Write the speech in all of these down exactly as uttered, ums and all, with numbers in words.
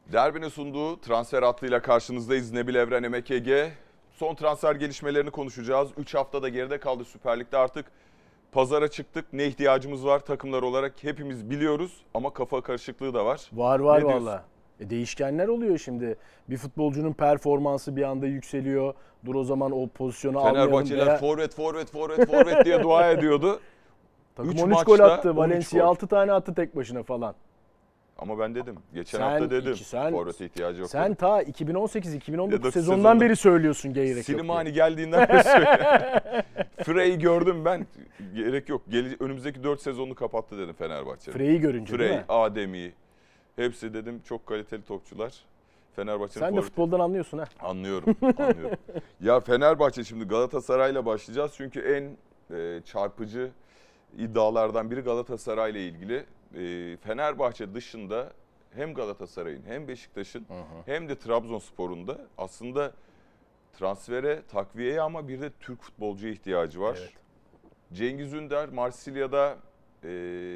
Derbinin sunduğu transfer hattıyla karşınızdayız. Nebil Evren, Emek Ege. Son transfer gelişmelerini konuşacağız. üç haftada geride kaldı Süper Lig'de, artık pazara çıktık. Ne ihtiyacımız var takımlar olarak hepimiz biliyoruz ama kafa karışıklığı da var. Var var valla. E değişkenler oluyor şimdi. Bir futbolcunun performansı bir anda yükseliyor. Dur o zaman o pozisyonu almayalım. Fenerbahçeliler veya... forvet forvet forvet forvet diye dua ediyordu. Takım üç on üç maçta, gol attı. on üç Valencia gol. altı tane attı tek başına falan. Ama ben dedim. Geçen sen, hafta dedim. iki, sen, forvete ihtiyacı yok. Sen dedim. ta iki bin on sekiz iki bin on dokuz sezondan sezonda, beri söylüyorsun gerek yok. Slimani geldiğinden beri söylüyorum. Frey'i gördüm ben. Gerek yok. Gele, önümüzdeki dört sezonunu kapattı dedim Fenerbahçe. Frey'i görünce Frey, değil mi? Ademi. Hepsi dedim çok kaliteli topçular. Fenerbahçe'nin Sen de futboldan anlıyorsun ha. Anlıyorum, anlıyorum. Ya Fenerbahçe, şimdi Galatasaray'la başlayacağız. Çünkü en e, çarpıcı iddialardan biri Galatasaray'la ilgili. E, Fenerbahçe dışında hem Galatasaray'ın hem Beşiktaş'ın hem de Trabzonspor'un da aslında transfere, takviyeye ama bir de Türk futbolcuya ihtiyacı var. Evet. Cengiz Ünder, Marsilya'da e,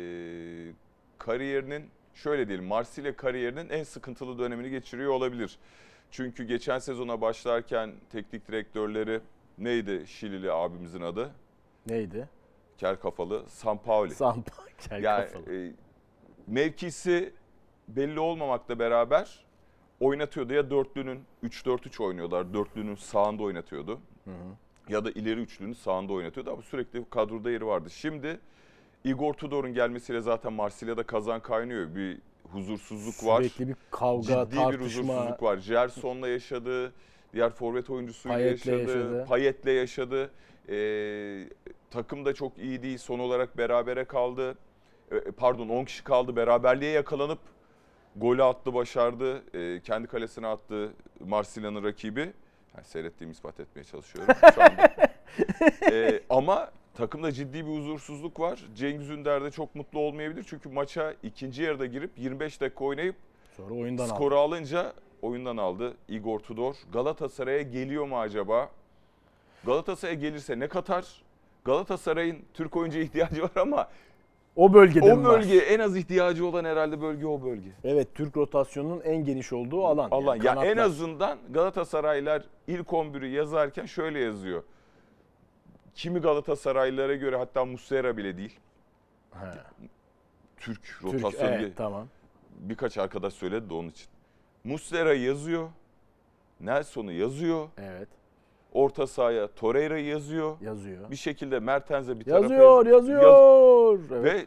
kariyerinin, şöyle diyelim, Marsilya kariyerinin en sıkıntılı dönemini geçiriyor olabilir. Çünkü geçen sezona başlarken teknik direktörleri neydi Şilili abimizin adı? Neydi? Kel kafalı, Sampaoli. Sampaoli, kel yani, kafalı. E, mevkisi belli olmamakla beraber oynatıyordu. Ya dörtlünün üç dört üç oynuyorlar. Dörtlünün sağında oynatıyordu. Hı hı. Ya da ileri üçlünün sağında oynatıyordu ama sürekli kadroda yeri vardı. Şimdi Igor Tudor'un gelmesiyle zaten Marsilya'da kazan kaynıyor. Bir huzursuzluk Sürekli var. Sürekli bir kavga, Ciddi tartışma. bir huzursuzluk var. Jerson'la yaşadı, diğer forvet oyuncusuyla Payet'le yaşadı, yaşadı. Payet'le yaşadı. Ee, takım da çok iyi değil. Son olarak berabere kaldı. Ee, pardon on kişi kaldı. Beraberliğe yakalanıp golü attı, başardı. Ee, kendi kalesine attı Marsilya'nın rakibi. Yani seyrettiğimi ispat etmeye çalışıyorum şu anda. ee, ama takımda ciddi bir huzursuzluk var. Cengiz Ünder de çok mutlu olmayabilir. Çünkü maça ikinci yarıda girip yirmi beş dakika oynayıp sonra oyundan skoru aldı. alınca oyundan aldı Igor Tudor. Galatasaray'a geliyor mu acaba? Galatasaray'a gelirse ne katar? Galatasaray'ın Türk oyuncuya ihtiyacı var ama o bölgede o mi bölge var? en az ihtiyacı olan herhalde bölge o bölge. Evet, Türk rotasyonunun en geniş olduğu alan. Allah Yani ya kanatlar. en azından Galatasaraylar ilk on biri yazarken şöyle yazıyor. Kimi Galatasaraylılara göre hatta Muslera bile değil. He. Türk Türk, rotasyonu evet, diye tamam. birkaç arkadaş söyledi de onun için. Muslera yazıyor. Nelson'u yazıyor. Evet. Orta sahaya Torreira yazıyor. Yazıyor. Bir şekilde Mertens'e bir tarafa Yazıyor, yazıyor. Yaz... Evet. Ve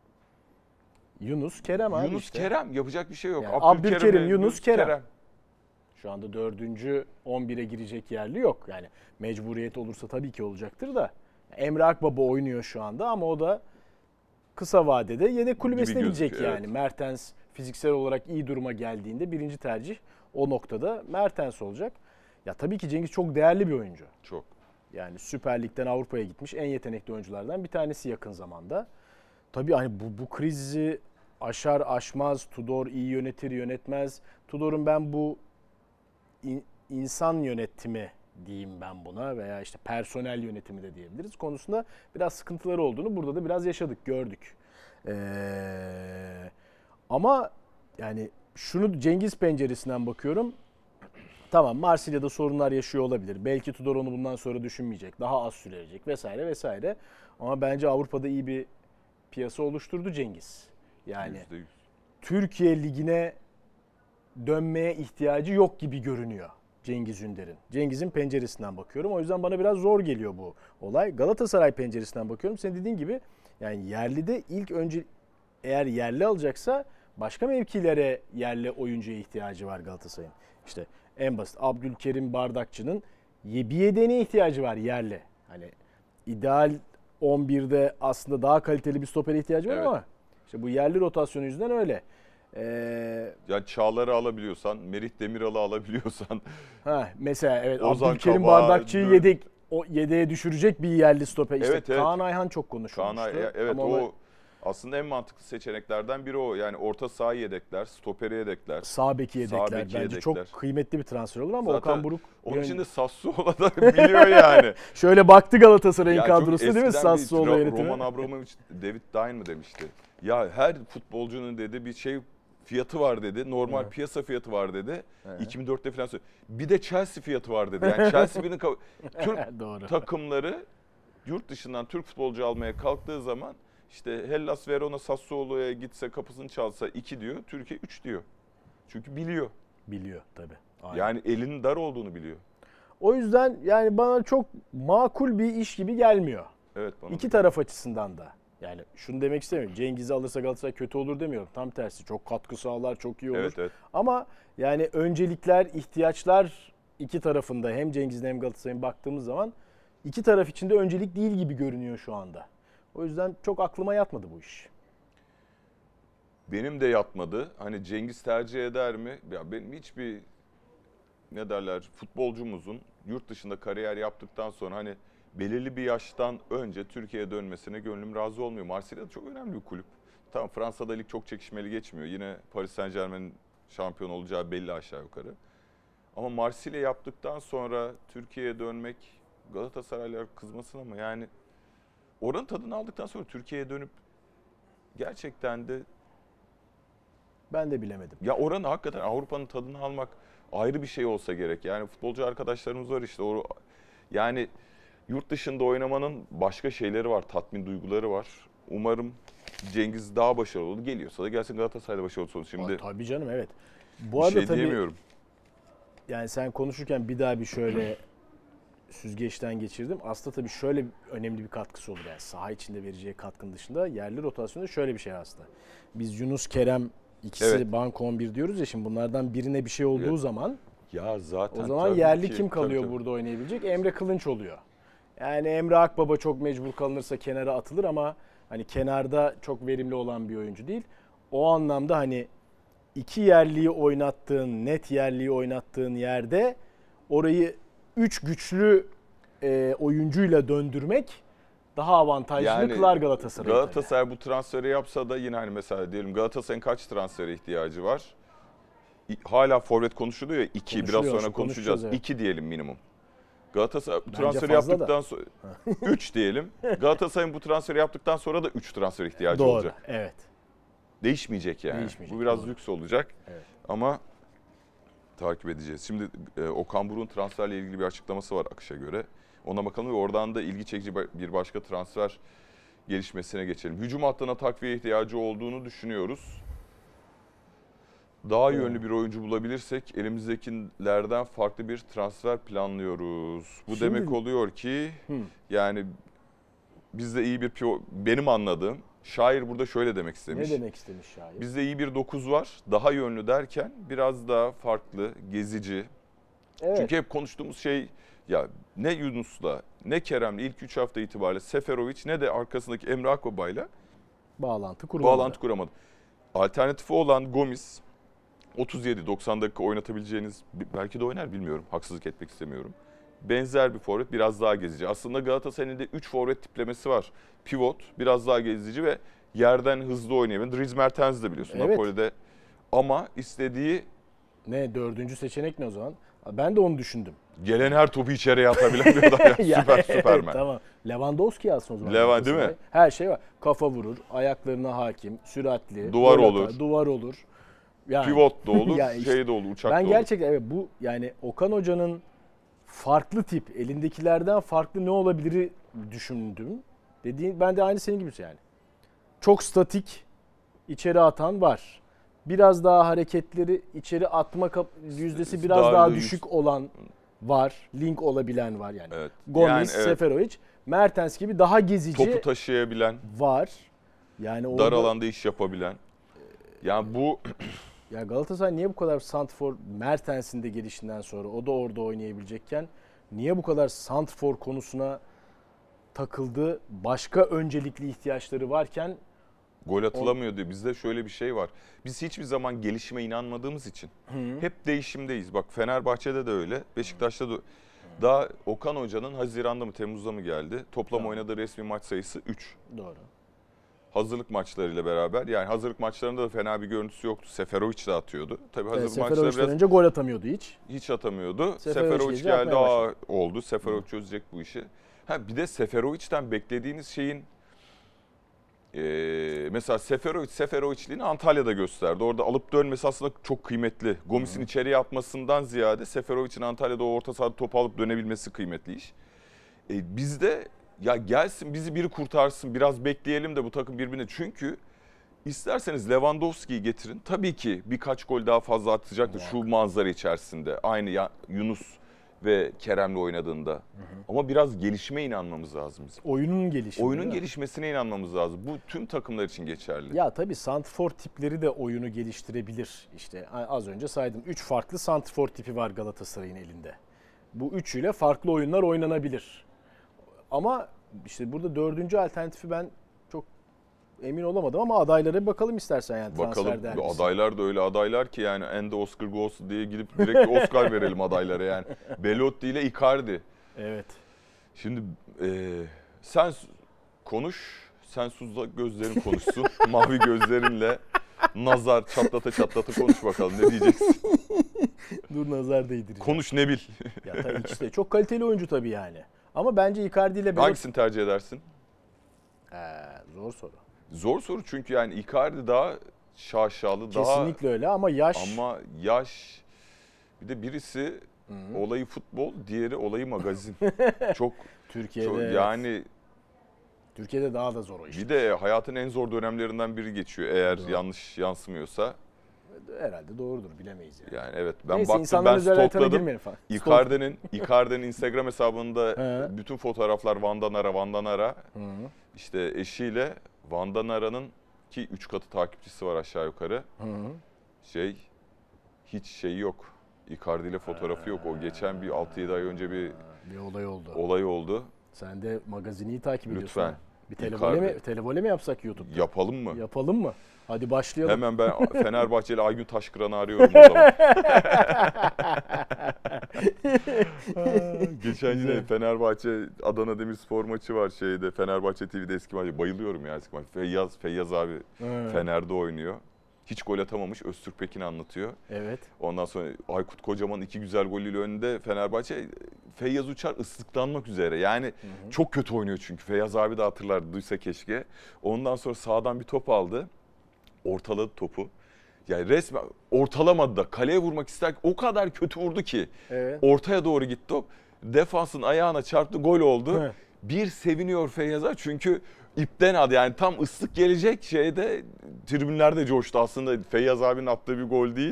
Yunus Kerem abi Yunus işte. Kerem, yapacak bir şey yok. Yani Abdülkerim, Abdülkerim, Yunus Kerem. Şu anda dördüncü on bire girecek yerli yok. Yani mecburiyet olursa tabii ki olacaktır da. Emre Akbaba oynuyor şu anda ama o da kısa vadede yedek kulübesine gidecek yani. Evet. Mertens fiziksel olarak iyi duruma geldiğinde birinci tercih o noktada Mertens olacak. Ya tabii ki Cengiz çok değerli bir oyuncu. Çok. Yani Süper Lig'den Avrupa'ya gitmiş en yetenekli oyunculardan bir tanesi yakın zamanda. Tabii hani bu, bu krizi aşar aşmaz, Tudor iyi yönetir yönetmez. Tudor'un ben bu in, insan yönetimi diyeyim ben buna veya işte personel yönetimi de diyebiliriz konusunda biraz sıkıntıları olduğunu burada da biraz yaşadık, gördük. Ee, ama yani şunu Cengiz penceresinden bakıyorum. Tamam, Marsilya'da sorunlar yaşıyor olabilir. Belki Tudor onu bundan sonra düşünmeyecek. Daha az sürecek vesaire vesaire. Ama bence Avrupa'da iyi bir piyasa oluşturdu Cengiz. Yani yüzde yüz. Türkiye Ligi'ne dönmeye ihtiyacı yok gibi görünüyor Cengiz Ünder'in. Cengiz'in penceresinden bakıyorum. O yüzden bana biraz zor geliyor bu olay. Galatasaray penceresinden bakıyorum. Senin dediğin gibi yani yerlide ilk önce eğer yerli alacaksa başka mevkilere yerli oyuncuya ihtiyacı var Galatasaray'ın. İşte en basit Abdülkerim Bardakçı'nın bir yedeğine ihtiyacı var yerli. Hani ideal on birde aslında daha kaliteli bir stopere ihtiyacı var, evet, ama işte bu yerli rotasyonu yüzünden öyle. Ee, yani Çağlar'ı alabiliyorsan, Merih Demiral'ı alabiliyorsan. Ha mesela evet, Ozan Abdülkerim Kabak, Bardakçı'yı yedek o yedeğe düşürecek bir yerli stoper. İşte evet, evet. Kaan Ayhan çok konuşulmuştu. Kaan Ay- evet ama o ona... aslında en mantıklı seçeneklerden biri o. Yani orta saha yedekler, stoperi yedekler. Sağ beki yedekler. Sağ beki Bence yedekler. çok kıymetli bir transfer olur ama zaten Okan Buruk... onun için de Sassuolo da biliyor yani. Şöyle baktı Galatasaray'ın ya kadrosu değil mi Sassuolo Ro- yönetimi? Roman Abramovich, David Dine mı demişti? Ya her futbolcunun dedi bir şey fiyatı var dedi. Normal Evet. piyasa fiyatı var dedi. Evet. iki bin dörtte falan söyledi. Bir de Chelsea fiyatı var dedi. Yani Chelsea'nin Türk Doğru. takımları yurt dışından Türk futbolcu almaya kalktığı zaman işte Hellas Verona Sassuolo'ya gitse kapısını çalsa iki diyor. Türkiye üç diyor. Çünkü biliyor. Biliyor tabii. Aynen. Yani elinin dar olduğunu biliyor. O yüzden yani bana çok makul bir iş gibi gelmiyor. Evet bana. İki da. taraf açısından da. Yani şunu demek istemiyorum. Cengiz'i alırsa Galatasaray kötü olur demiyorum. Tam tersi çok katkı sağlar, çok iyi olur. Evet, evet. Ama yani öncelikler, ihtiyaçlar iki tarafında hem Cengiz'in hem Galatasaray'ın baktığımız zaman iki taraf için de öncelik değil gibi görünüyor şu anda. O yüzden çok aklıma yatmadı bu iş. Benim de yatmadı. Hani Cengiz tercih eder mi? Ya benim hiçbir ne derler futbolcumuzun yurt dışında kariyer yaptıktan sonra hani belirli bir yaştan önce Türkiye'ye dönmesine gönlüm razı olmuyor. Marsilya da çok önemli bir kulüp. Tamam Fransa'da lig çok çekişmeli geçmiyor. Yine Paris Saint-Germain'in şampiyon olacağı belli aşağı yukarı. Ama Marsilya yaptıktan sonra Türkiye'ye dönmek Galatasaraylılar kızmasın ama yani oranın tadını aldıktan sonra Türkiye'ye dönüp gerçekten de Ben de bilemedim. ya oranın hakikaten Avrupa'nın tadını almak ayrı bir şey olsa gerek. Yani futbolcu arkadaşlarımız var işte. O, yani yurt dışında oynamanın başka şeyleri var, tatmin duyguları var. Umarım Cengiz daha başarılı olur. Geliyorsa da gelsin Galatasaray'da başarılı olsun. Şimdi Aa, tabii canım evet. Bu bir arada şey tabii diyemiyorum. yani sen konuşurken bir daha bir şöyle süzgeçten geçirdim. Aslında tabii şöyle önemli bir katkısı olur. Yani saha içinde vereceği katkının dışında yerli rotasyonda şöyle bir şey aslında. Biz Yunus, Kerem ikisi Evet. banko on bir diyoruz ya şimdi bunlardan birine bir şey olduğu Evet. zaman Ya zaten o zaman tabii yerli ki, kim kalıyor tabii, tabii. burada oynayabilecek? Emre Kılınç oluyor. Yani Emre Akbaba çok mecbur kalınırsa kenara atılır ama hani kenarda çok verimli olan bir oyuncu değil. O anlamda hani iki yerliyi oynattığın, net yerliyi oynattığın yerde orayı üç güçlü e, oyuncuyla döndürmek daha avantajlı Yani kılar Galatasaray'ı. Galatasaray bu transferi yapsa da yine hani mesela diyelim Galatasaray'ın kaç transfere ihtiyacı var? İ- Hala forvet konuşuluyor ya iki biraz Konuşuluyor, sonra konuşacağız, konuşacağız. evet. iki diyelim minimum. Galatasaray bu Bence transferi fazla yaptıktan sonra üç diyelim. Galatasaray'ın bu transferi yaptıktan sonra da üç transfer ihtiyacı Doğru, olacak. evet. Değişmeyecek yani. Değişmeyecek, Bu biraz doğru. lüks olacak. Evet. Ama takip edeceğiz. Şimdi e, Okan Buruk'un transferle ilgili bir açıklaması var akışa göre. Ona bakalım ve oradan da ilgi çekici bir başka transfer gelişmesine geçelim. Hücum hattına takviye ihtiyacı olduğunu düşünüyoruz. Daha yönlü bir oyuncu bulabilirsek elimizdekilerden farklı bir transfer planlıyoruz. Bu Şimdi- demek oluyor ki Hı. yani bizde iyi bir pivo, benim anladığım şair burada şöyle demek istemiş. Ne demek istemiş şair? Bizde iyi bir dokuz var. Daha yönlü derken biraz daha farklı, gezici. Evet. Çünkü hep konuştuğumuz şey ya ne Yunus'la ne Kerem'le ilk üç hafta itibariyle Seferovic ne de arkasındaki Emre Akbaba'yla bağlantı kurulamadı. bağlantı kuramadı. Alternatifi olan Gomis otuz yedi doksan dakika oynatabileceğiniz belki de oynar bilmiyorum. Haksızlık etmek istemiyorum. Benzer bir forvet biraz daha gezici. Aslında Galatasaray'ın da üç forvet tiplemesi var. Pivot biraz daha gezici ve yerden hızlı oynayabilen. Dries Mertens de biliyorsun Evet. Napoli'de. Ama istediği Ne dördüncü seçenek ne o zaman? Ben de onu düşündüm. gelen her topu içeriye atabilen bir adam. Ya. Ya, Süper evet, Süpermen. Tamam. Lewandowski alsın o zaman. Levan, değil mi? Galatasaray. Her şey var. Kafa vurur, ayaklarına hakim, süratli. Duvar gol olur. atar, duvar olur. Yani, Pivot da olur, Ya işte, şey de olur, uçak ben da olur. gerçekten evet bu yani Okan Hoca'nın farklı tip, elindekilerden farklı ne olabiliri düşündüm. Dediğin ben de aynı senin gibi yani. Çok statik içeri atan var. Biraz daha hareketleri içeri atma kap- yüzdesi biraz Daha daha, yüz- düşük olan var. Link olabilen var yani. Evet. Gomis, Yani evet, Seferovic, Mertens gibi daha gezici topu taşıyabilen, var. Yani dar orada, alanda iş yapabilen. Yani bu ya Galatasaray niye bu kadar santrfor Mertens'in de gelişinden sonra o da orada oynayabilecekken niye bu kadar santrfor konusuna takıldı? Başka öncelikli ihtiyaçları varken gol atılamıyor diye bizde şöyle bir şey var. Biz hiçbir zaman gelişime inanmadığımız için hep değişimdeyiz. Bak Fenerbahçe'de de öyle, Beşiktaş'ta da daha Okan Hoca'nın Haziran'da mı Temmuz'da mı geldi? Toplam Tamam. oynadığı resmi maç sayısı üç. doğru. Hazırlık maçlarıyla beraber. Yani hazırlık maçlarında da fena bir görüntüsü yoktu. Seferovic de atıyordu. Tabii hazırlık Evet, maçları Seferovic'den biraz önce gol atamıyordu hiç. hiç atamıyordu. Seferovic Seferovic gelince geldi, atmaya aa başladı. oldu. Seferovic çözecek bu işi. Ha bir de Seferovic'ten beklediğiniz şeyin Ee, mesela Seferovic, Seferovic'liğini Antalya'da gösterdi. Orada alıp dönmesi aslında çok kıymetli. Gomis'in içeriye atmasından ziyade Seferovic'in Antalya'da o orta sahada topu alıp dönebilmesi kıymetli iş. Ee, bizde ya gelsin bizi biri kurtarsın, biraz bekleyelim de bu takım birbirine. Çünkü isterseniz Lewandowski'yi getirin. Tabii ki birkaç gol daha fazla atacaktır şu manzara içerisinde. Aynı ya, Yunus ve Kerem'le oynadığında. Hı hı. Ama biraz gelişime inanmamız lazım bizim. Oyunun gelişimi. Oyunun gelişmesine inanmamız lazım. Bu tüm takımlar için geçerli. Ya tabii santrfor tipleri de oyunu geliştirebilir. İşte az önce saydım. Üç farklı santrfor tipi var Galatasaray'ın elinde. Bu üçüyle farklı oyunlar oynanabilir. Ama işte burada dördüncü alternatifi ben çok emin olamadım ama adaylara bir bakalım istersen yani transfer bakalım, derbisi. Adaylar da öyle adaylar ki yani en de Oscar goes diye gidip direkt Oscar verelim adaylara yani. Belotti ile Icardi. Evet. Şimdi e, sen konuş, sen Suzla gözlerin konuşsun. Mavi gözlerinle nazar çatlata çatlata konuş bakalım ne diyeceksin. Dur nazar değdireceğim. Konuş ne bil. Ya tabii ikisi de çok kaliteli oyuncu tabii yani. Ama bence Icardi ile Belotti... Hangisini tercih edersin? Ee, zor soru. Zor soru çünkü yani Icardi daha şaşalı, daha... Kesinlikle öyle ama yaş... Ama yaş... Bir de birisi Hı-hı. olayı futbol, diğeri olayı magazin. çok Türkiye'de çok, yani Türkiye'de daha da zor o iş. Bir de hayatın en zor dönemlerinden biri geçiyor eğer Doğru. yanlış yansımıyorsa. Herhalde doğrudur, bilemeyiz yani. Yani evet ben Neyse, baktım ben stokladım. Icardi'nin Icardi'nin Instagram hesabında He. bütün fotoğraflar Van'dan ara Van'dan ara. Hı. İşte eşiyle Van'dan Ara'nın ki üç katı takipçisi var aşağı yukarı. Hı. Şey hiç şeyi yok. Icardi ile fotoğrafı yok. O geçen bir altı yedi ay önce bir bir olay oldu. Olay oldu. Sen de magazini takip ediyorsun. Lütfen. Bir televole mi, televole mi yapsak YouTube'da? Yapalım mı? Yapalım mı? Hadi başlayalım. Hemen ben Fenerbahçeli Aygün Taşkıran'ı arıyorum o zaman. Geçen yine Fenerbahçe Adana Demirspor maçı var şeyde. Fenerbahçe T V'de eski maçı. Bayılıyorum ya eski maç. Feyyaz, Feyyaz abi Evet. Fener'de oynuyor. Hiç gol atamamış. Öztürk Pekin anlatıyor. Evet. Ondan sonra Aykut Kocaman iki güzel golüyle önünde Fenerbahçe. Feyyaz Uçar ıslıklanmak üzere. Yani hı hı. çok kötü oynuyor çünkü. Feyyaz abi de hatırlar duysa keşke. Ondan sonra sağdan bir top aldı. Ortaladı topu. Yani resmen ortalamadı da kaleye vurmak ister. O kadar kötü vurdu ki. Evet. Ortaya doğru gitti top. Defansın ayağına çarptı, gol oldu. Evet. Bir seviniyor Feyyaz'a çünkü ipten aldı. Yani tam ıslık gelecek şeyde tribünlerde coştu. Aslında Feyyaz abinin attığı bir gol değil.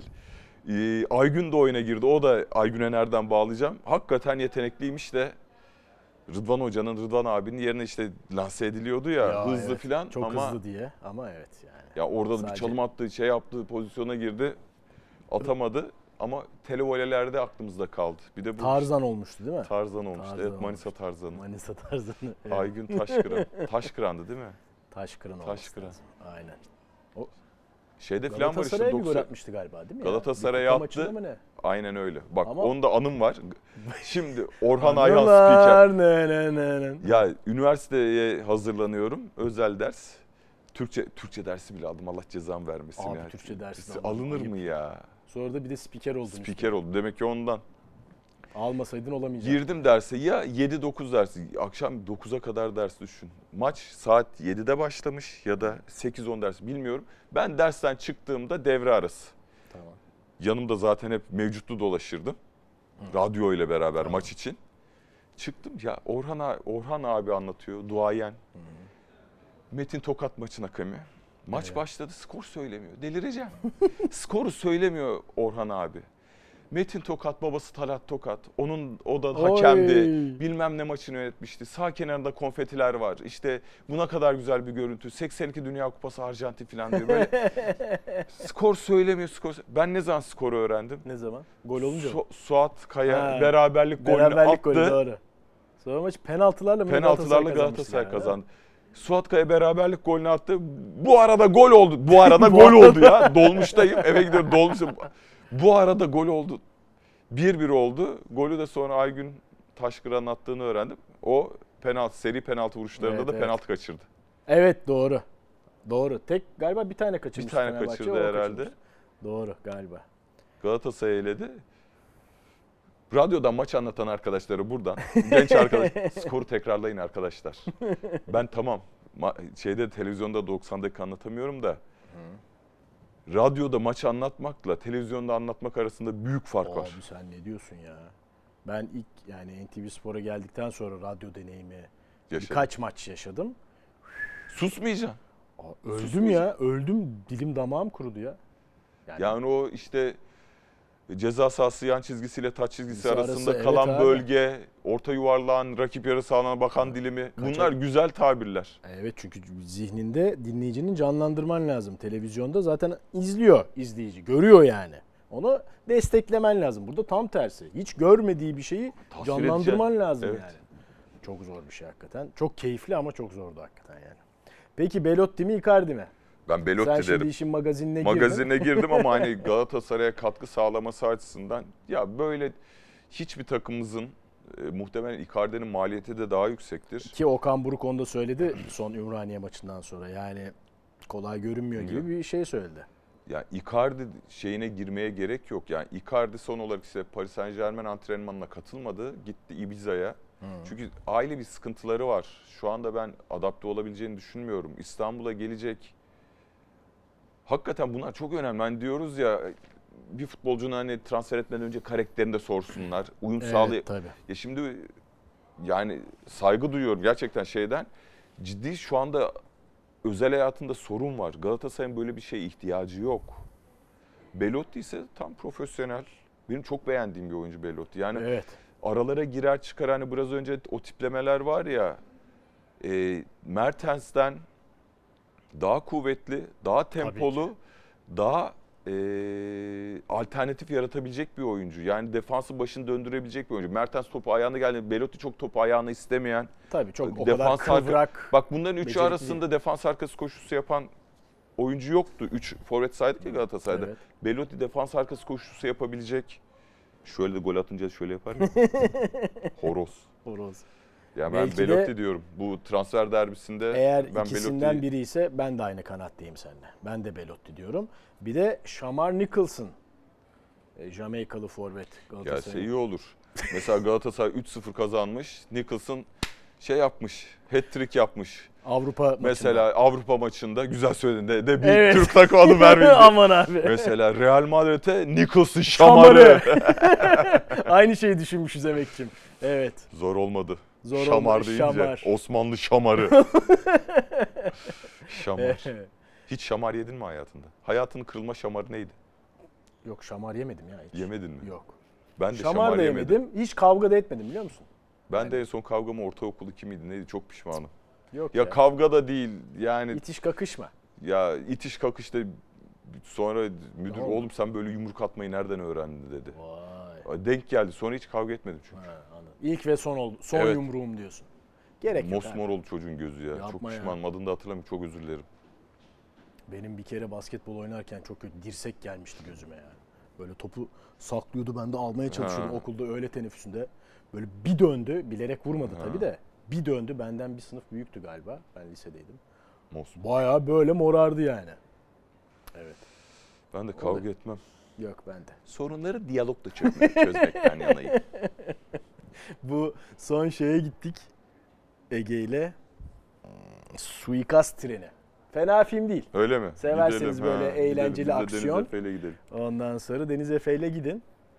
Ee, Aygün de oyuna girdi. O da Aygün'e nereden bağlayacağım. Hakikaten yetenekliymiş de Rıdvan Hoca'nın, Rıdvan abinin yerine işte lanse ediliyordu ya, ya hızlı evet, filan. Çok ama, hızlı diye ama evet yani. Ya orada Sadece... bir çalım attığı, şey yaptığı pozisyona girdi. Atamadı ama televolelerde aklımızda kaldı. Bir de bu Tarzan olmuştu değil mi? Tarzan olmuştu. Tarzan evet Manisa olmuştu. Tarzan'ı. Manisa Tarzan'ı. Evet. Aygün Taşkıran. Taşkıran'dı değil mi? Taşkıran olmuş. Taşkıran. Aynen. O şeyde falan var işte. Galatasaray'a bir gol atmıştı galiba değil mi? Galatasaray'a attı. Aynen öyle. Bak ama... onda anım var. Şimdi Orhan Ayhan spiker. Ne, ne, ne, ne. Ya üniversiteye hazırlanıyorum. Özel ders. Türkçe Türkçe dersi bile aldım. Allah cezamı vermesin Abi, ya. Türkçe dersi alınır mı ya? Sonra da bir de spiker oldun. Spiker oldum. Demek ki ondan. Almasaydın olamayacaktı. Girdim derse ya yedi dokuz dersi. Akşam dokuza kadar ders düşün. Maç saat yedide başlamış ya da sekiz on dersi bilmiyorum. Ben dersten çıktığımda devre arası. Tamam. Yanımda zaten hep mevcutlu dolaşırdım. Hı. Radyo ile beraber tamam. maç için. Çıktım ya Orhan, Orhan abi anlatıyor. Duayen. Hı. Metin Tokat maçın hakemi. Maç evet. başladı, skor söylemiyor. Delireceğim. Skoru söylemiyor Orhan abi. Metin Tokat, babası Talat Tokat. Onun o da hakemdi. Oy. Bilmem ne maçını yönetmişti. Sağ kenarında konfetiler var. İşte buna kadar güzel bir görüntü. seksen iki Dünya Kupası Arjantin falan diyor. Böyle skor söylemiyor. Skor. Ben ne zaman skoru öğrendim? Ne zaman? Gol olunca Su- Suat Kaya ha. beraberlik golünü beraberlik attı. Golü, doğru. Sonra maç penaltılarla penaltılarla Galatasaray kazandı. Suat Kaya beraberlik golünü attı. Bu arada gol oldu. Bu arada gol oldu ya. Dolmuştayım. Eve gidiyorum dolmuşum. Bu arada gol oldu. bir bir oldu. Golü de sonra Aygün Taşkıran'ın attığını öğrendim. O penaltı, seri penaltı vuruşlarında evet, da evet. penaltı kaçırdı. Evet doğru. Doğru. Tek galiba bir tane kaçırmış. Bir tane kaçırdı herhalde. Kaçırmış. Doğru galiba. Galatasaray eledi. Radyodan maç anlatan arkadaşları buradan, genç arkadaş, skoru tekrarlayın arkadaşlar. Ben tamam, Ma- şeyde televizyonda doksan dakika anlatamıyorum da. Hı. Radyoda maçı anlatmakla televizyonda anlatmak arasında büyük fark Abi var. Abi sen ne diyorsun ya? Ben ilk yani N T V Spor'a geldikten sonra radyo deneyimi Yaşadım. birkaç maç yaşadım. Susmayacaksın. Aa, öldüm ya, öldüm. Dilim damağım kurudu ya. Yani, yani o işte ceza sahası yan çizgisiyle taç çizgisi arası, arasında evet kalan abi. bölge, orta yuvarlağın rakip yarı sahana bakan ha. dilimi. Bunlar Kaçak. güzel tabirler. Evet, çünkü zihninde dinleyicinin canlandırman lazım. Televizyonda zaten izliyor izleyici, görüyor yani. Onu desteklemen lazım. Burada tam tersi. Hiç görmediği bir şeyi Tasvir canlandırman edeceğim. lazım evet. yani. Çok zor bir şey hakikaten. Çok keyifli ama çok zordu hakikaten yani. Peki Belotti mi Icardi mi? Ben Belotti derim. Sen şimdi işin magazinine girdin. Magazinine girdim ama hani Galatasaray'a katkı sağlaması açısından ya böyle hiçbir takımımızın e, muhtemelen Icardi'nin maliyeti de daha yüksektir. Ki Okan Buruk onu da söyledi son Ümraniye maçından sonra. Yani kolay görünmüyor gibi bir şey söyledi. Ya Icardi şeyine girmeye gerek yok. Yani Icardi son olarak işte Paris Saint-Germain antrenmanına katılmadı. Gitti Ibiza'ya. Hmm. Çünkü aile bir sıkıntıları var. Şu anda ben adapte olabileceğini düşünmüyorum. İstanbul'a gelecek. Hakikaten bunlar çok önemli. Hani diyoruz ya bir futbolcunun hani transfer etmeden önce karakterini de sorsunlar. Uyum evet, sağlay. Tabii. Ya şimdi yani saygı duyuyorum gerçekten şeyden. Ciddi şu anda özel hayatında sorun var. Galatasaray'ın böyle bir şeye ihtiyacı yok. Belotti ise tam profesyonel. Benim çok beğendiğim bir oyuncu Belotti. Yani evet. aralara girer çıkar hani biraz önce o tiplemeler var ya. E, Mertens'ten daha kuvvetli, daha tempolu, daha e, alternatif yaratabilecek bir oyuncu. Yani defansı başını döndürebilecek bir oyuncu. Mertens topu ayağına geldi. Belotti çok topu ayağına istemeyen. Tabii çok o kadar kıvrak. Arka, bak bunların üçü arasında defans arkası koşusu yapan oyuncu yoktu. Üç forvet saydık ki Galatasaray'da. Evet. Belotti defans arkası koşusu yapabilecek. Şöyle de gol atınca şöyle yapar mı? Horoz. Horoz. Ya ben Belki Belotti de, diyorum. Bu transfer derbisinde eğer ben ikisinden Belotti... biri ise ben de aynı kanattayım seninle. Ben de Belotti diyorum. Bir de Shamar Nicholson. E, Jamaikalı forvet. Gelse iyi olur. Mesela Galatasaray üç sıfır kazanmış. Nicholson şey yapmış. Hat-trick yapmış. Avrupa maçında. Mesela Avrupa maçında güzel söyledin de, de bir evet. Türk takımı vermedi. Aman abi. Mesela Real Madrid'e Nicholson şamarı. Aynı şeyi düşünmüşüz Emekçim. Evet. Zor olmadı. Zor Şamar oldu. deyince Şamar. Osmanlı şamarı. Şamar. Hiç şamar yedin mi hayatında? Hayatının kırılma şamarı neydi? Yok şamar yemedim ya hiç. Yemedin mi? Yok. Ben de şamar, şamar da yemedim. yemedim. Hiç kavga da etmedim biliyor musun? Ben yani. de en son kavgamı ortaokul iki miydi neydi? Çok pişmanım. Yok ya, ya. Kavga da değil yani. İtiş kakışma. Ya itiş kakışta sonra müdür oğlum sen böyle yumruk atmayı nereden öğrendin dedi. Vay. Denk geldi. Sonra hiç kavga etmedim çünkü. Ha, İlk ve son oldu. Son evet. yumruğum diyorsun. Gerek yok. Mosmor oldu çocuğun gözü ya. Yapma çok pişmanım. Ya. Adını da hatırlamıyorum. Çok özür dilerim. Benim bir kere basketbol oynarken çok kötü dirsek gelmişti gözüme yani. Böyle topu saklıyordu, ben de almaya çalışıyordum ha. okulda öğle teneffüsünde. Böyle bir döndü, bilerek vurmadı ha. tabii de. Bir döndü, benden bir sınıf büyüktü galiba. Ben lisedeydim. Mosmor. Bayağı böyle morardı yani. Evet. Ben de kavga etmem. Yok ben de. Sorunları diyalogla çözmek, çözmekten yanayım. Bu son şeye gittik Ege ile. Suikast Treni. Fena film değil. Öyle mi? Severseniz gidelim, böyle ha. eğlenceli gidelim, aksiyon. Deniz Efe'yle gidelim. Ondan sonra Deniz Efe'yle gidin.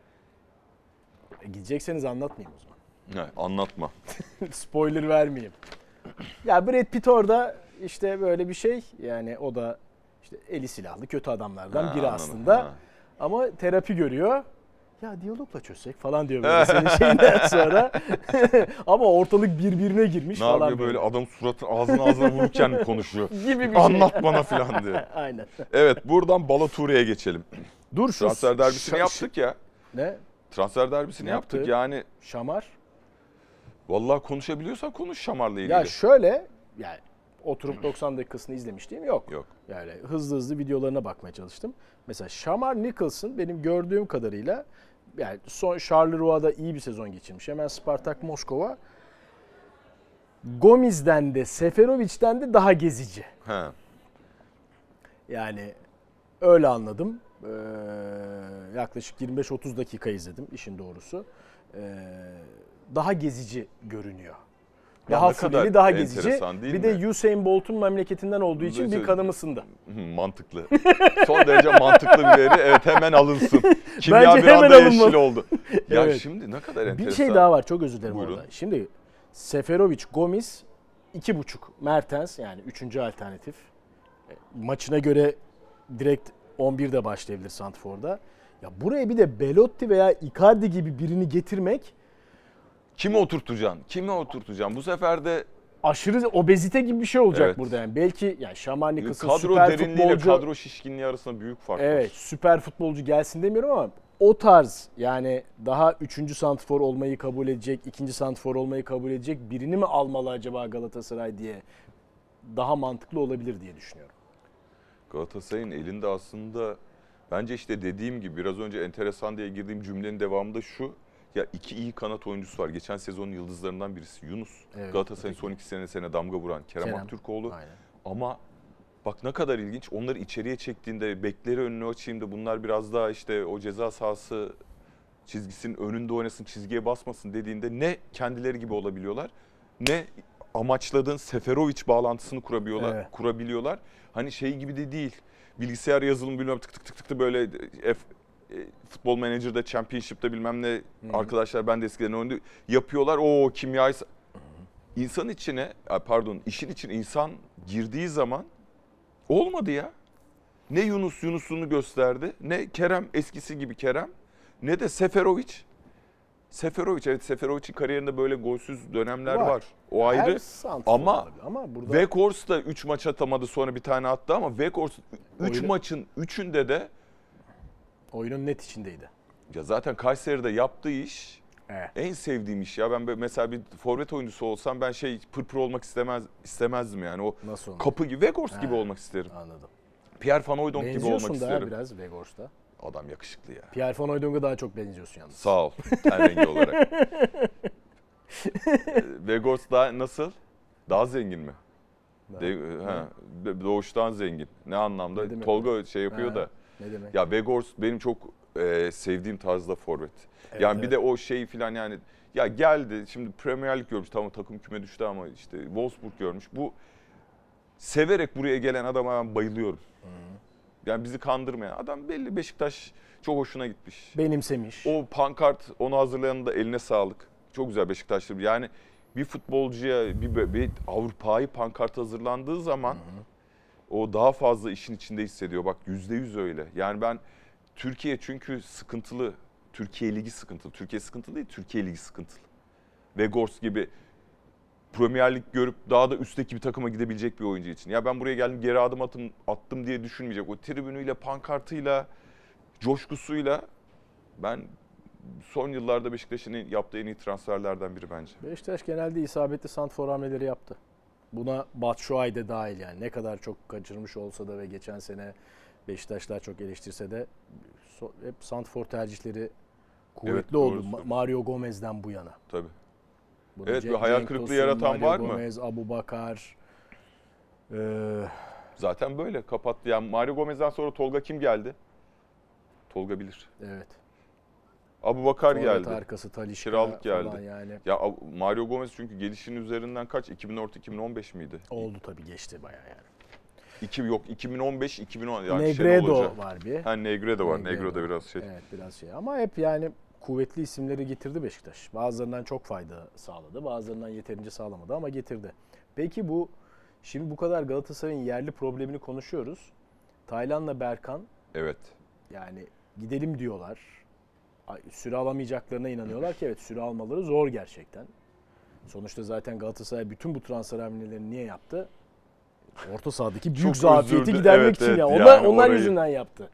E, gidecekseniz anlatmayayım o zaman. Ne, anlatma. Spoiler vermeyeyim. Ya Brad Pitt orada işte böyle bir şey. Yani o da işte eli silahlı kötü adamlardan ha, biri anladım. aslında. Ha. Ama terapi görüyor. Ya diyalogla çözsek falan diyor böyle senin şeyinden sonra. Ama ortalık birbirine girmiş ne falan. Ne yapıyor böyle adam suratın ağzına ağzına vururken mi konuşuyor? Gibi bir Anlat şey. bana falan diye. Aynen. Evet buradan Balature'ye geçelim. Dur şu transfer derbisini yaptık ya. Ne? Transfer derbisini ne yaptık yaptı? yani. Şamar. Vallahi konuşabiliyorsan konuş Şamar'la ilgili. Ya şöyle yani oturup doksan dakikasını izlemişliğim yok. Yok. Yani hızlı hızlı videolarına bakmaya çalıştım. Mesela Shamar Nicholson benim gördüğüm kadarıyla yani son Charleroi iyi bir sezon geçirmiş. Hemen Spartak Moskova. Gomez'den de Seferovic'den de daha gezici. He. Yani öyle anladım. Ee, yaklaşık yirmi beş otuz dakika izledim işin doğrusu. Ee, daha gezici görünüyor. Daha ne kadar furyeli, daha gezici. enteresan değil Bir mi? de Usain Bolt'un memleketinden olduğu için bir kanım ısındı. Hı, mantıklı. Son derece mantıklı bir veri. Evet, hemen alınsın. Kimya Bence bir hemen anda alınmalı. yeşil oldu. Ya Evet. şimdi ne kadar enteresan. Bir şey daha var, çok özür dilerim Buyurun. orada. Şimdi Seferovic, Gomis iki buçuk. Mertens yani üçüncü alternatif. E, Maçına göre direkt on birde başlayabilir santrforda. Ya buraya bir de Belotti veya Icardi gibi birini getirmek Kimi oturtacaksın? Kimi oturtacaksın? Bu sefer de aşırı obezite gibi bir şey olacak Evet. burada yani. Belki yani Şaman Nicholson kadro süper derinliğiyle futbolcu. kadro şişkinliği arasında büyük fark var. Evet, süper futbolcu gelsin demiyorum ama o tarz yani daha üçüncü santrfor olmayı kabul edecek, ikinci santrfor olmayı kabul edecek birini mi almalı acaba Galatasaray diye daha mantıklı olabilir diye düşünüyorum. Galatasaray'ın elinde aslında bence işte dediğim gibi biraz önce enteresan diye girdiğim cümlenin devamında şu. Ya iki iyi kanat oyuncusu var. Geçen sezonun yıldızlarından birisi Yunus. Evet, Galatasaray'ın tabii son iki senesine damga vuran Kerem, Kerem, Aktürkoğlu. Aynen. Ama bak ne kadar ilginç. Onları içeriye çektiğinde bekleri önüne açayım da bunlar biraz daha işte o ceza sahası çizgisinin önünde oynasın, çizgiye basmasın dediğinde ne kendileri gibi olabiliyorlar ne amaçladığın Seferovic bağlantısını kurabiliyorlar. Evet. kurabiliyorlar. Hani şey gibi de değil. Bilgisayar yazılımı bilmem tık tık tık tık tık böyle F, e, futbol Manager'da, Championship'te bilmem ne Hı. arkadaşlar ben de eskiden oynadım yapıyorlar. O kimyayı insan içine pardon işin için insan girdiği zaman olmadı ya. Ne Yunus Yunus'unu gösterdi, ne Kerem eskisi gibi Kerem, ne de Seferovic. Seferovic, evet Seferovic'in kariyerinde böyle golsüz dönemler var. Var. O Her ayrı. santrfor Ama olabilir. ama burada Weghorst da üç maç atamadı sonra bir tane attı ama Weghorst üç Oyunu- maçın üçünde de oyunun net içindeydi. ya zaten Kayseri'de yaptığı iş Evet. en sevdiğim iş ya. Ben böyle mesela bir forvet oyuncusu olsam ben şey pırpır olmak istemez istemezdim yani. O Nasıl oldu? kapı gibi Weghorst gibi Ha. olmak isterim. Anladım. Pierre Van Hooijdonk gibi olmak Benziyorsun da ha isterim. biraz Weghorst'a. Adam yakışıklı ya. Pierre Van Hooijdonk'a daha çok benziyorsun yalnız. Sağ ol. Ten rengi olarak. Weghorst daha nasıl? Daha zengin mi? Daha- De, ha, doğuştan zengin. Ne anlamda? Ne demek Tolga şey yapıyor Ha, da. Ne demek? Ya Weghorst benim çok e, sevdiğim tarzda forvet. Evet, yani bir evet. de o şey filan yani ya geldi şimdi Premier Lig görmüş tamam takım küme düştü ama işte Wolfsburg görmüş. Bu severek buraya gelen adama ben bayılıyorum. Yani bizi kandırmayan adam belli Beşiktaş çok hoşuna gitmiş. Benimsemiş. O pankart onu hazırlayanın da eline sağlık. Çok güzel Beşiktaşlı. Yani bir futbolcuya bir, bir Avrupa'yı pankart hazırlandığı zaman o daha fazla işin içinde hissediyor. Bak yüzde yüz öyle. Yani ben Türkiye çünkü sıkıntılı. Türkiye Ligi sıkıntılı. Türkiye sıkıntılı değil, Türkiye Ligi sıkıntılı. Weghorst gibi Premier Lig görüp daha da üstteki bir takıma gidebilecek bir oyuncu için. Ya ben buraya geldim geri adım attım, attım diye düşünmeyecek. O tribünüyle, pankartıyla, coşkusuyla ben son yıllarda Beşiktaş'ın yaptığı en iyi transferlerden biri bence. Beşiktaş genelde isabetli santrfor hamleleri yaptı. Buna Batshuayi de dahil yani. Ne kadar çok kaçırmış olsa da ve geçen sene Beşiktaşlar çok eleştirse de so- hep santrfor tercihleri kuvvetli Evet, oldu. doğrusu. Ma- Mario Gomez'den bu yana. Tabii. Buna Evet, Cenk- bir hayal Cenk kırıklığı Tosun, yaratan Mario var mı? Gomez, Abubakar. Ee, Zaten böyle kapattı. Yani Mario Gomez'den sonra Tolga kim geldi? Tolga bilir. evet. Abubakar Forvet geldi. arkası Talisca Kiralık falan geldi. yani. Ya Ab- Mario Gomez çünkü gelişinin üzerinden kaç? iki bin on dört iki bin on beş miydi? Oldu tabii geçti bayağı yani. İki, yok iki bin on beş iki bin on yani Şenol Negredo Hoca. var bir. Ha Negredo var. Negredo. Negredo biraz şey. Evet biraz şey ama hep yani kuvvetli isimleri getirdi Beşiktaş. Bazılarından çok fayda sağladı, bazılarından yeterince sağlamadı ama getirdi. Peki bu şimdi bu kadar Galatasaray'ın yerli problemini konuşuyoruz. Taylan'la Berkan Evet. yani gidelim diyorlar. Ay, süre alamayacaklarına inanıyorlar ki evet süre almaları zor gerçekten. Sonuçta zaten Galatasaray bütün bu transfer hamlelerini niye yaptı? Orta sahadaki büyük Çok zafiyeti özürdü. gidermek Evet, için evet. ya. Yani Onlar, onlar orayı- yüzünden yaptı.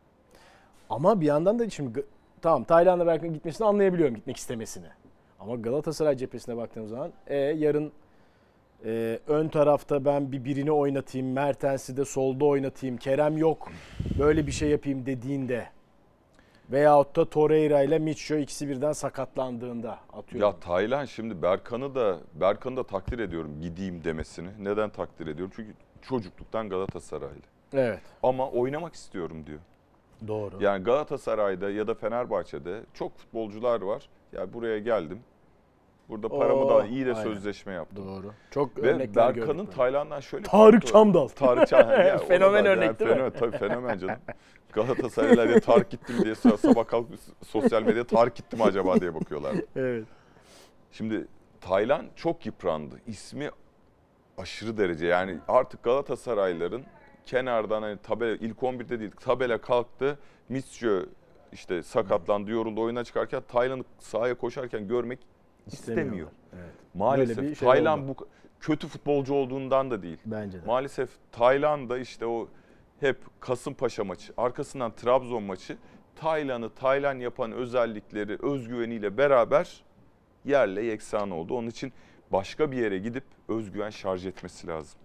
Ama bir yandan da şimdi Ga- tamam Tayland'a Berkan'ın gitmesini anlayabiliyorum gitmek istemesini. Ama Galatasaray cephesine baktığım zaman e, yarın e, ön tarafta ben bir birini oynatayım, Mertens'i de solda oynatayım, Kerem yok böyle bir şey yapayım dediğinde veyahut da Torreira ile Mitchell ikisi birden sakatlandığında atıyorum. Ya Taylan şimdi Berkan'ı da Berkan'ı da takdir ediyorum gideyim demesini. Neden takdir ediyorum? Çünkü çocukluktan Galatasaraylı. Evet. Ama oynamak istiyorum diyor. Doğru. Yani Galatasaray'da ya da Fenerbahçe'de çok futbolcular var. Ya buraya geldim. Burada paramı da Oh, iyi de aynen. sözleşme yaptım. Doğru. Çok Ve örnekler Berkan'ın gördük. Tayland'dan şöyle... Tarık farklı- Çamdal. Tarık Çamdal. Ya, Fenomen o da- örnek yani değil mi? fenomen, tabii fenomen canım. Galatasaraylılar ya Tarık gittim diye sabah kalkıp sosyal medyada Tarık gitti mi acaba diye bakıyorlar. Evet. Şimdi Tayland çok yıprandı. İsmi aşırı derece. Yani artık Galatasaraylıların kenardan hani tabela ilk on birde değil tabela kalktı. Misio işte sakatlandı, yoruldu, oyuna çıkarken Tayland'ı sahaya koşarken görmek istemiyor. Evet. Maalesef Böyle bir şey Tayland oldu. bu kötü futbolcu olduğundan da değil. Bence de. Maalesef Tayland'da işte o hep Kasımpaşa maçı, arkasından Trabzon maçı Tayland'ı Tayland yapan özellikleri, özgüveniyle beraber yerle yeksan oldu. Onun için başka bir yere gidip özgüven şarj etmesi lazım.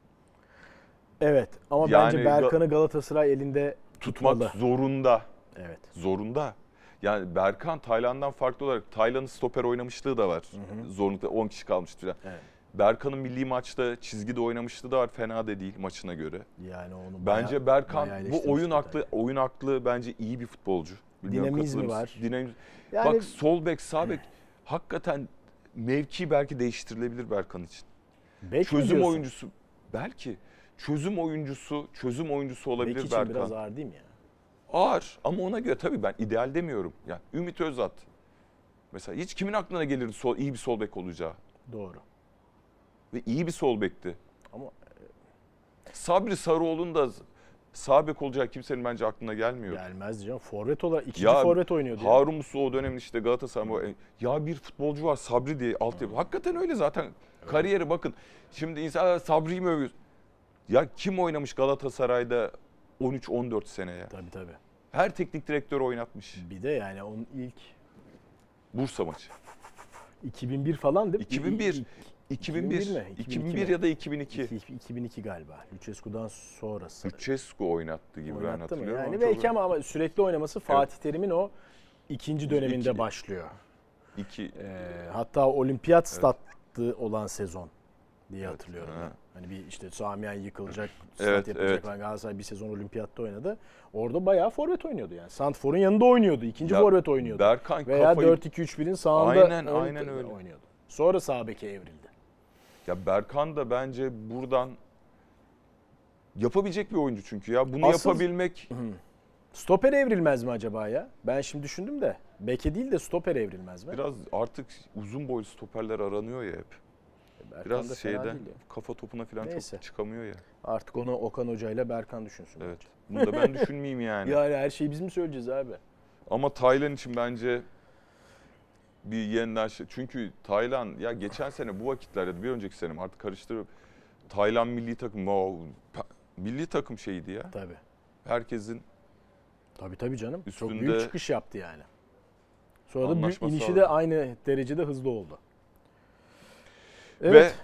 Evet ama Yani bence Berkan'ı Galatasaray elinde Tutmak tutmalı. zorunda. Evet. Zorunda. Yani Berkan Tayland'dan farklı olarak Tayland'ın stoper oynamışlığı da var. Zorunlulukla on kişi kalmıştı falan. Evet. Berkan'ın milli maçta çizgide oynamışlığı da var. Fena da değil maçına göre. Yani onu Bence bayağı- Berkan bayağı bu eleştirmiştim oyun aklı zaten. oyun aklı bence iyi bir futbolcu. Bilmiyorum, Dinamizmi katılır var. mısın? Dinamizm. Yani Bak sol bek, sağ bek hakikaten mevki belki değiştirilebilir Berkan için. bek mi Çözüm diyorsun? oyuncusu belki çözüm oyuncusu, çözüm oyuncusu Bek olabilir için Berkan. biraz ağır değil mi ya? Ağır ama ona göre tabii ben ideal demiyorum. Ya Ümit Özat mesela hiç kimin aklına gelir sol, iyi bir sol bek olacağı Doğru. ve iyi bir sol bekti. Ama Sabri Sarıoğlu'nun da sağ bek olacağı kimsenin bence aklına gelmiyor. gelmez canım. Forvet olarak ikinci Ya, forvet oynuyordu. ya. Harun Musa o dönemin işte Galatasaray ya bir futbolcu var Sabri diye altyapı. Hakikaten öyle zaten. Kariyeri bakın. Şimdi insanlar Sabri'yi mi övüyor? Ya kim oynamış Galatasaray'da on üç on dört sene ya? Tabii tabii. Her teknik direktör oynatmış. Bir de yani onun ilk Bursa maçı. iki bin bir falan değil mi? iki bin bir. İlk- iki bin bir. iki bin bir mi? iki bin bir iki bin iki ya da iki bin iki. iki- iki bin iki galiba. Lucescu'dan sonrası. Lucescu oynattı gibi ben Oynattı mı? hatırlıyorum. Yani ama belki çok- ama, ama sürekli oynaması Fatih Terim'in o ikinci döneminde İki- başlıyor. İki, Ee, hatta olimpiyat statlı olan sezon diye hatırlıyorum. ha. ben. Hani bir işte Samiyen yıkılacak, stat Evet, yapılacak evet. falan. Galatasaray bir sezon olimpiyatta oynadı. Orada bayağı forvet oynuyordu yani. Santfor'un yanında oynuyordu. İkinci Ya, forvet oynuyordu. Berkan Veya kafayı... dört iki üç birin sağında Aynen, ön- aynen öyle. oynuyordu. Sonra sağ beke evrildi. Ya Berkan da bence buradan yapabilecek bir oyuncu çünkü ya. Bunu Asıl- yapabilmek Stoper evrilmez mi acaba ya? Ben şimdi düşündüm de. Beke değil de stoper evrilmez mi? biraz artık uzun boylu stoperler aranıyor ya hep. Berkan da Biraz fena şeyden değil ya. kafa topuna falan Neyse. çok çıkamıyor ya. Artık onu Okan Hoca ile Berkan düşünsün. Evet. Bunu da ben düşünmeyeyim yani. Yani her şeyi biz mi söyleyeceğiz abi? Ama Tayland için bence bir yeniden şey. Çünkü Tayland ya geçen sene bu vakitlerde bir önceki sene artık karıştırıp Tayland milli takım o milli takım şeydi ya. Tabii. Herkesin Tabii tabii canım. Çok Üstünde- büyük çıkış yaptı yani. Sonra da büyük Anlaşma inişi sağladı. de aynı derecede hızlı oldu. ve Evet.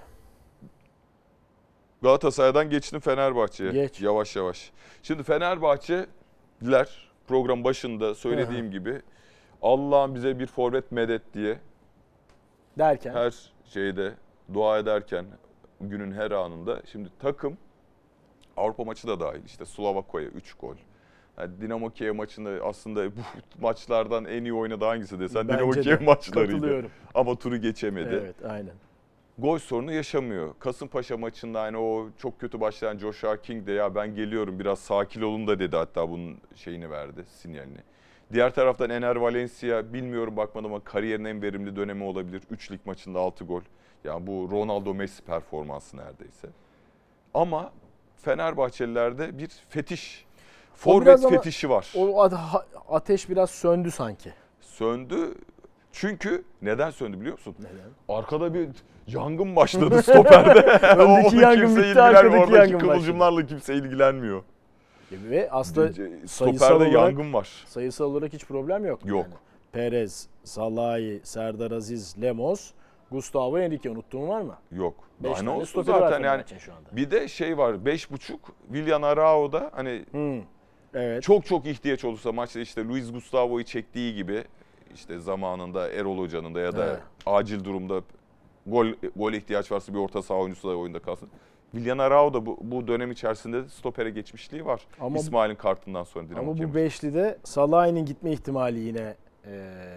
Galatasaray'dan geçtim Fenerbahçe'ye. Geç. Yavaş yavaş. Şimdi Fenerbahçeliler program başında söylediğim gibi Allah'ın bize bir forvet medet diye Derken her şeyde dua ederken günün her anında şimdi takım Avrupa maçı da dahil işte Slovakya'ya üç gol. Yani Dinamo Kiev maçında aslında bu maçlardan en iyi oynadı hangisi desen bence Dinamo de Kiev maçlarıydı. katılıyorum. Ama turu geçemedi. Evet, aynen. Gol sorunu yaşamıyor. Kasımpaşa maçında hani o çok kötü başlayan Joshua King de ya ben geliyorum biraz sakin olun da dedi hatta bunun şeyini verdi, sinyalini. Diğer taraftan Ener Valencia bilmiyorum bakmadım ama kariyerin en verimli dönemi olabilir. üç lig maçında altı gol. Yani bu Ronaldo Messi performansı neredeyse. Ama Fenerbahçelilerde bir fetiş, forvet biraz ama- fetişi var. O a- ateş biraz söndü sanki. Söndü. Çünkü neden söndü biliyor musun? Neden? Arkada bir yangın başladı stoperde. Öndeki Onu yangın kimse bitti, ilgilenmiyor. arkadaki Oradaki yangın kıvılcımlarla kimse ilgilenmiyor. Ve aslında sayısal Stoperde olarak, yangın var. sayısal olarak hiç problem yok. Yok. Yani. Perez, Salahi, Serdar Aziz, Lemos, Gustavo Henrique unuttuğun var mı? Yok. Beş Daha ne tane olsun stoperi var zaten yani. Fenerbahçe'nin şu anda. Bir de şey var beş buçuk Willian Arao'da hani Hmm. Evet. çok çok ihtiyaç olursa maçta işte Luis Gustavo'yu çektiği gibi işte zamanında Erol Hoca'nın da ya da Evet. acil durumda gol gol ihtiyaç varsa bir orta saha oyuncusu da oyunda kalsın. Willian Arao da bu, bu dönem içerisinde stopere geçmişliği var. Ama- İsmail'in kartından sonra Dinamo Ama Kiev bu beşlide Salah'ın gitme ihtimali yine e,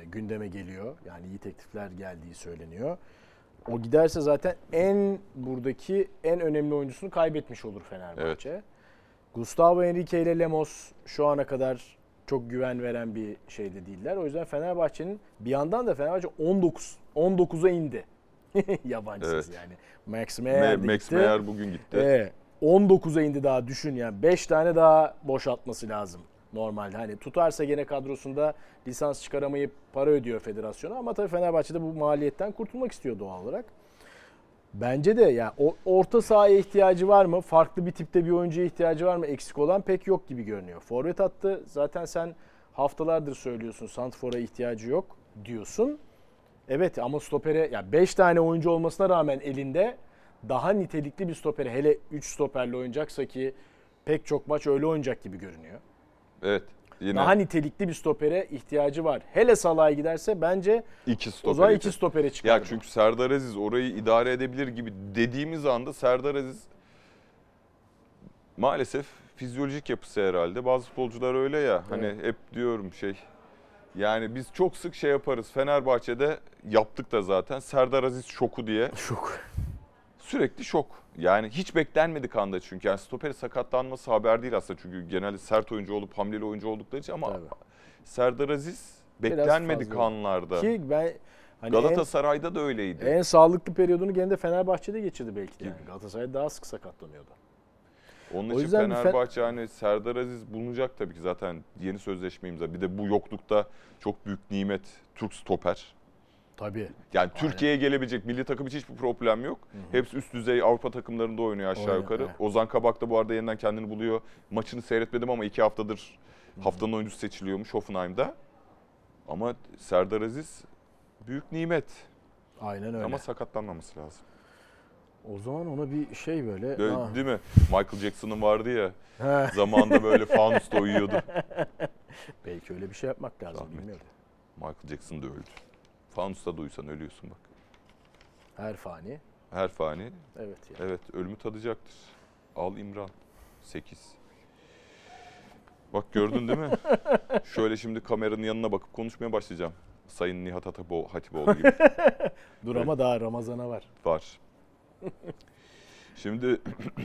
gündeme geliyor. Yani iyi teklifler geldiği söyleniyor. O giderse zaten en buradaki en önemli oyuncusunu kaybetmiş olur Fenerbahçe. Evet. Gustavo Henrique ile Lemos şu ana kadar çok güven veren bir şeyde değiller. O yüzden Fenerbahçe'nin bir yandan da Fenerbahçe on dokuz on dokuza indi. Yabancısız evet. yani. Max Meyer Max gitti. Meyer bugün gitti. Evet. on dokuza indi daha düşün yani. beş tane daha boşaltması lazım normalde. Hani tutarsa gene kadrosunda lisans çıkaramayıp para ödüyor federasyona ama tabii Fenerbahçe'de bu maliyetten kurtulmak istiyor doğal olarak. Bence de ya yani orta sahaya ihtiyacı var mı? Farklı bir tipte bir oyuncuya ihtiyacı var mı? Eksik olan pek yok gibi görünüyor. Forvet hattı zaten sen haftalardır söylüyorsun. Santrfor'a ihtiyacı yok diyorsun. Evet ama stopere ya yani beş tane oyuncu olmasına rağmen elinde daha nitelikli bir stopere hele üç stoperle oynayacaksa ki pek çok maç öyle oynayacak gibi görünüyor. Evet. Yine daha nitelikli bir stopere ihtiyacı var. Hele Salah'a giderse bence iki o zaman iki stopere çıkar. Ya çünkü Serdar Aziz orayı idare edebilir gibi dediğimiz anda Serdar Aziz maalesef fizyolojik yapısı herhalde. Bazı futbolcular öyle ya. Hani evet. Hep diyorum şey. Yani biz çok sık şey yaparız. Fenerbahçe'de yaptık da zaten. Serdar Aziz şoku diye. Şok. Sürekli şok. Yani hiç beklenmedik anda çünkü. Yani stoperi sakatlanması haber değil aslında. Çünkü genelde sert oyuncu olup hamleli oyuncu oldukları için ama tabii. Serdar Aziz beklenmedik anlarda. Ki ben hani Galatasaray'da en, da öyleydi. En sağlıklı periyodunu gene de Fenerbahçe'de geçirdi belki de. Yani. Galatasaray daha sık sakatlanıyordu. Onun o için Fenerbahçe hani Serdar Aziz bulunacak tabii ki zaten yeni sözleşme imza. Bir de bu yoklukta çok büyük nimet Türk stoper. Tabii. Yani Türkiye'ye gelebilecek milli takım için hiçbir problem yok. Hı hı. Hepsi üst düzey Avrupa takımlarında oynuyor aşağı Oyna, yukarı. He. Ozan Kabak da bu arada yeniden kendini buluyor. Maçını seyretmedim ama iki haftadır hı hı. haftanın oyuncusu seçiliyormuş Hoffenheim'da. Ama Serdar Aziz büyük nimet. Aynen öyle. Ama sakatlanmaması lazım. O zaman ona bir şey böyle... böyle değil mi? Michael Jackson'ın vardı ya. Zamanında böyle fanusta uyuyordu. Belki öyle bir şey yapmak lazım. Rahmet. Bilmiyorum. Michael Jackson da öldü. Fanusta duysan ölüyorsun bak. Her fani. Her fani. Evet. Yani. Evet ölümü tadacaktır. Al İmran. sekiz. Bak gördün değil mi? Şöyle şimdi kameranın yanına bakıp konuşmaya başlayacağım. Sayın Nihat Hatipo, Hatipoğlu gibi. Dur ama evet. Daha Ramazan'a var. Var. Şimdi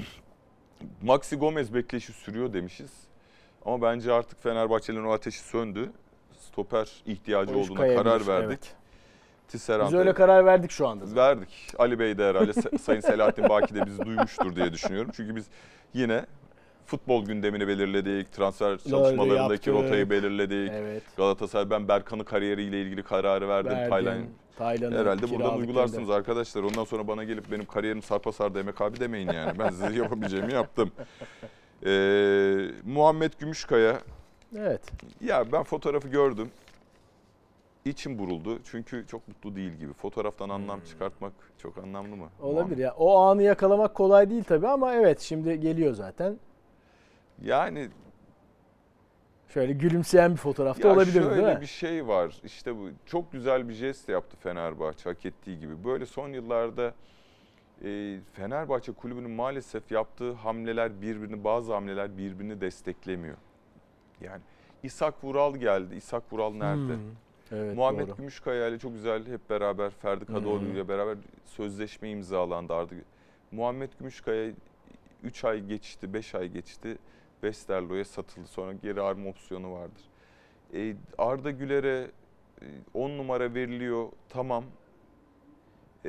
Maxi Gomez bekleyişi sürüyor demişiz. Ama bence artık Fenerbahçe'nin o ateşi söndü. Stoper ihtiyacı olduğuna karar verdik. Evet. Biz öyle karar verdik şu anda. Zaten. Verdik. Ali Bey de herhalde Sayın Selahattin Baki de bizi duymuştur diye düşünüyorum. Çünkü biz yine futbol gündemini belirledik, transfer çalışmalarındaki rotayı belirledik. Evet. Galatasaray ben Berkan'ın kariyeriyle ilgili kararı verdim. Taylan. Taylan'ı herhalde buradan uygularsınız de. Arkadaşlar. Ondan sonra bana gelip benim kariyerim sarpa sardı Emek abi demeyin yani. Ben size yapabileceğimi yaptım. Ee, Muhammed Gümüşkaya. Evet. Ya ben fotoğrafı gördüm. İçim buruldu. Çünkü çok mutlu değil gibi. Fotoğraftan anlam hmm. çıkartmak çok anlamlı mı? Olabilir Muhammed? Ya. O anı yakalamak kolay değil tabii ama evet şimdi geliyor zaten. Yani şöyle gülümseyen bir fotoğrafta olabilir değil mi? Şöyle bir şey var. İşte bu çok güzel bir jest yaptı Fenerbahçe hak ettiği gibi. Böyle son yıllarda e, Fenerbahçe kulübünün maalesef yaptığı hamleler birbirini, bazı hamleler birbirini desteklemiyor. Yani İshak Vural geldi. İshak Vural nerede? Hmm. Evet, Muhammed doğru. Gümüşkaya ile çok güzel hep beraber Ferdi Kadıoğlu ile beraber sözleşme imzalandı. Ardı. Muhammed Gümüşkaya üç ay geçti, beş ay geçti. Westerlo'ya satıldı. Sonra geri alma opsiyonu vardır. Ee, Arda Güler'e on numara veriliyor. Tamam. Ee,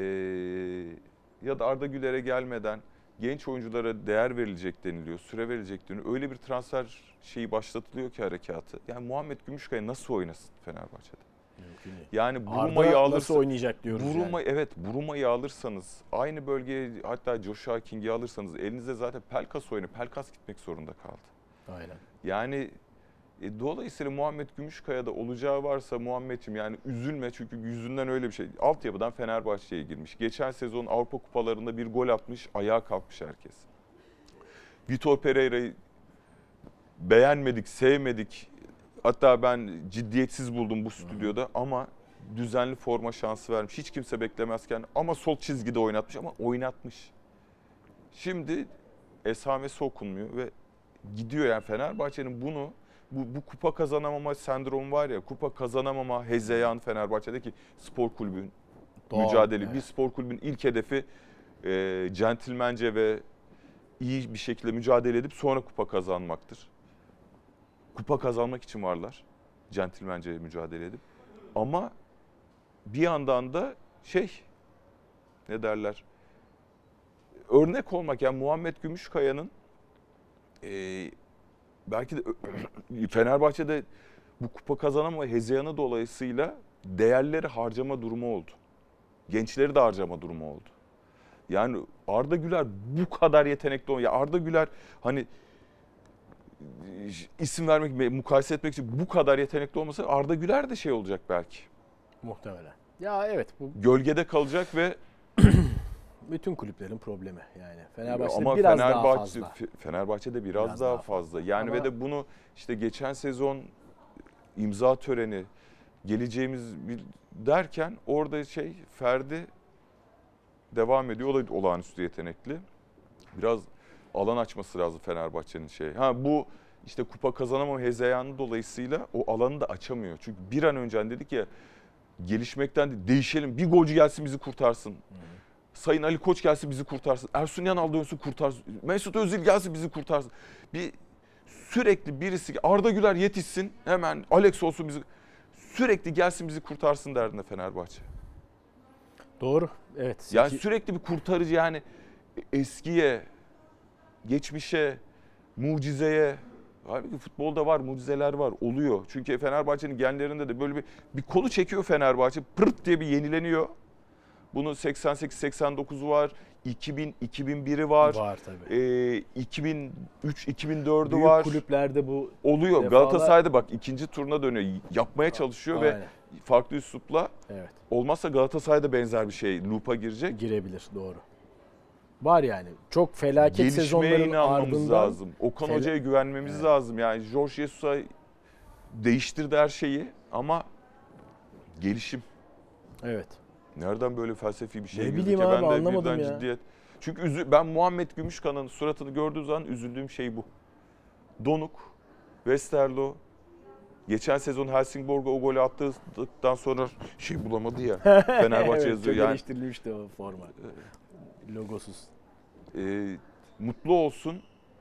ya da Arda Güler'e gelmeden genç oyunculara değer verilecek deniliyor. Süre verilecek deniliyor. Öyle bir transfer şeyi başlatılıyor ki harekatı. Yani Muhammed Gümüşkaya nasıl oynasın Fenerbahçe'de? Yani Buruma'yı alırsa, nasıl oynayacak diyoruz Buruma, yani. Evet Buruma'yı alırsanız aynı bölgeye hatta Joshua King'i alırsanız elinizde zaten Pelkas oyunu. Pelkas gitmek zorunda kaldı. Aynen. Yani e, dolayısıyla Muhammed Gümüşkaya'da olacağı varsa Muhammed'ciğim yani üzülme çünkü yüzünden öyle bir şey. Altyapıdan Fenerbahçe'ye girmiş. Geçen sezon Avrupa Kupalarında bir gol atmış, ayağa kalkmış herkes. Vitor Pereira'yı beğenmedik, sevmedik. Hatta ben ciddiyetsiz buldum bu stüdyoda ama düzenli forma şansı vermiş. Hiç kimse beklemezken ama sol çizgide oynatmış ama oynatmış. Şimdi esamesi okunmuyor ve gidiyor yani Fenerbahçe'nin bunu bu, bu kupa kazanamama sendromu var ya, kupa kazanamama hezeyan Fenerbahçe'deki spor kulübün Doğal, mücadele. evet. Bir spor kulübün ilk hedefi e, centilmence ve iyi bir şekilde mücadele edip sonra kupa kazanmaktır. Kupa kazanmak için varlar. Centilmence mücadele edip. Ama bir yandan da şey, ne derler, örnek olmak, yani Muhammed Gümüşkaya'nın e, belki de Fenerbahçe'de bu kupa kazanama hezeyanı dolayısıyla değerleri harcama durumu oldu. Gençleri de harcama durumu oldu. Yani Arda Güler bu kadar yetenekli olan, ya Arda Güler hani isim vermek, mukayese etmek için bu kadar yetenekli olmasa Arda Güler de şey olacak belki. Muhtemelen. Ya evet, bu Gölgede kalacak ve bütün kulüplerin problemi yani. Fenerbahçe'de ama biraz Fenerbahçe, daha fazla. Fenerbahçe'de biraz, Biraz daha, daha fazla. Yani Ama- ve de bunu işte geçen sezon imza töreni, geleceğimiz bir derken orada şey Ferdi devam ediyor. O da olağanüstü yetenekli. Biraz alan açması lazım Fenerbahçe'nin şey. Ha bu işte kupa kazanamama hezeyanı dolayısıyla o alanı da açamıyor. Çünkü bir an önce hani dedik ya, gelişmekten de değişelim. Bir golcü gelsin bizi kurtarsın. Hı hı. Sayın Ali Koç gelsin bizi kurtarsın. Ersun Yanal dönsün kurtarsın. Mesut Özil gelsin bizi kurtarsın. Bir sürekli birisi, Arda Güler yetişsin hemen, Alex olsun bizi, sürekli gelsin bizi kurtarsın derdinde Fenerbahçe. Doğru. Evet. Yani Seki... sürekli bir kurtarıcı, yani eskiye, geçmişe, mucizeye. Halbuki futbolda var, mucizeler var, oluyor. Çünkü Fenerbahçe'nin genlerinde de böyle bir bir kolu çekiyor Fenerbahçe, pırt diye bir yenileniyor. Bunun seksen sekiz seksen dokuzu var, iki bin iki bin biri var. Var tabii. E, iki bin üç iki bin dördü Büyük var. kulüplerde bu oluyor. defalar... Galatasaray'da bak ikinci turuna dönüyor. Yapmaya çalışıyor Aynen. ve farklı üslupla. Evet. Olmazsa Galatasaray'da benzer bir şey, loop'a girecek. Girebilir, doğru. Var yani. Çok felaket Gelişmeye sezonların inanmamız ardından lazım. Okan fel... Hoca'ya güvenmemiz evet. lazım. Yani Jorge Jesus'a değiştirdi her şeyi ama gelişim. Evet. Nereden böyle felsefi bir şey ne girdi bileyim ki? abi, Ben de anlamadım birden ya. ciddiyet. Çünkü üzü... ben Muhammed Gümüşkan'ın suratını gördüğüm zaman üzüldüğüm şey bu. Donuk, Westerlo, geçen sezon Helsingborg'a o golü attıktan sonra şey bulamadı ya. Fenerbahçe evet, yazıyor. çok Yani eleştirilmişti o forma. Logosuz. E, mutlu olsun.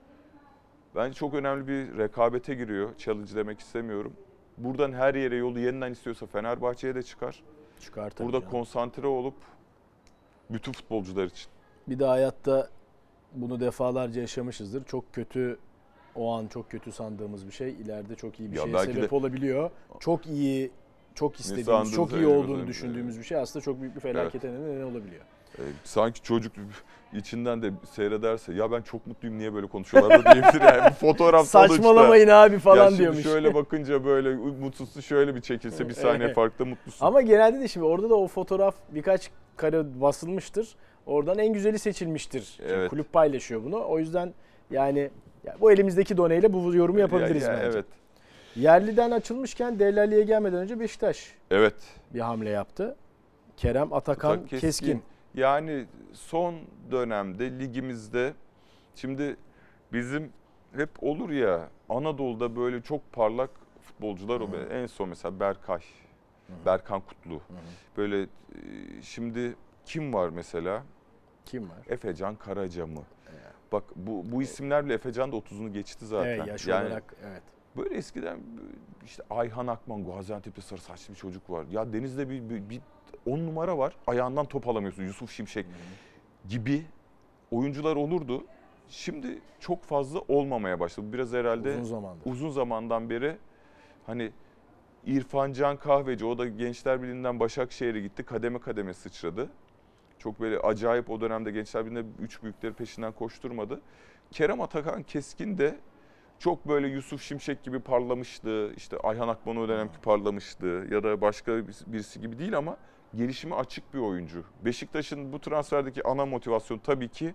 Bence çok önemli bir rekabete giriyor. Challenge demek istemiyorum. Buradan her yere yolu yeniden istiyorsa Fenerbahçe'ye de çıkar. Çıkar tabii Burada canım. konsantre olup bütün futbolcular için. Bir de hayatta bunu defalarca yaşamışızdır. Çok kötü, o an çok kötü sandığımız bir şey ileride çok iyi bir Ya şeye belki sebep de- olabiliyor. Çok iyi, çok istediğimiz, sandığınız çok iyi öyle olduğunu öyle. düşündüğümüz bir şey aslında çok büyük bir felakete neden olabiliyor. E, sanki çocuk içinden de seyrederse ya ben çok mutluyum niye böyle konuşuyorlar da diyebilir yani. Bu fotoğraf Saçmalamayın abi ya falan şimdi diyormuş. şöyle bakınca böyle mutsuzsu şöyle bir çekilse bir saniye Evet. farklı mutlusun. Ama genelde de şimdi orada da o fotoğraf birkaç kare basılmıştır. Oradan en güzeli seçilmiştir. Şimdi Evet. kulüp paylaşıyor bunu. O yüzden yani ya bu elimizdeki doneyle bu yorumu yapabiliriz Ya- ya, bence. Evet. Yerliden açılmışken Delali'ye gelmeden önce Beşiktaş Evet. bir hamle yaptı. Kerem Atakan Tak- Keskin. Yani son dönemde ligimizde şimdi bizim hep olur ya Anadolu'da böyle çok parlak futbolcular Hı. oluyor. En son mesela Berkay, Berkan Kutlu. Hı hı. Böyle e, şimdi kim var mesela? Kim var? Efecan Karaca mı? Evet. Bak bu bu isimler bile Efecan da otuzunu geçti zaten. Evet, yaş yani olarak evet. böyle eskiden işte Ayhan Akman, Gaziantep'te sarı saçlı bir çocuk var. Ya Deniz'de bir, bir, bir on numara var. Ayağından top alamıyorsun. Yusuf Şimşek Hı. gibi oyuncular olurdu. Şimdi çok fazla olmamaya başladı. Biraz herhalde Uzun zamandır. uzun zamandan beri hani İrfan Can Kahveci, o da Gençler Birliği'nden Başakşehir'e gitti. Kademe kademe sıçradı. Çok böyle acayip o dönemde Gençler Birliği'nde üç büyükleri peşinden koşturmadı. Kerem Atakan Keskin de çok böyle Yusuf Şimşek gibi parlamıştı. İşte Ayhan Akman o dönemki parlamıştı. Ya da başka birisi gibi değil ama gelişime açık bir oyuncu. Beşiktaş'ın bu transferdeki ana motivasyonu tabii ki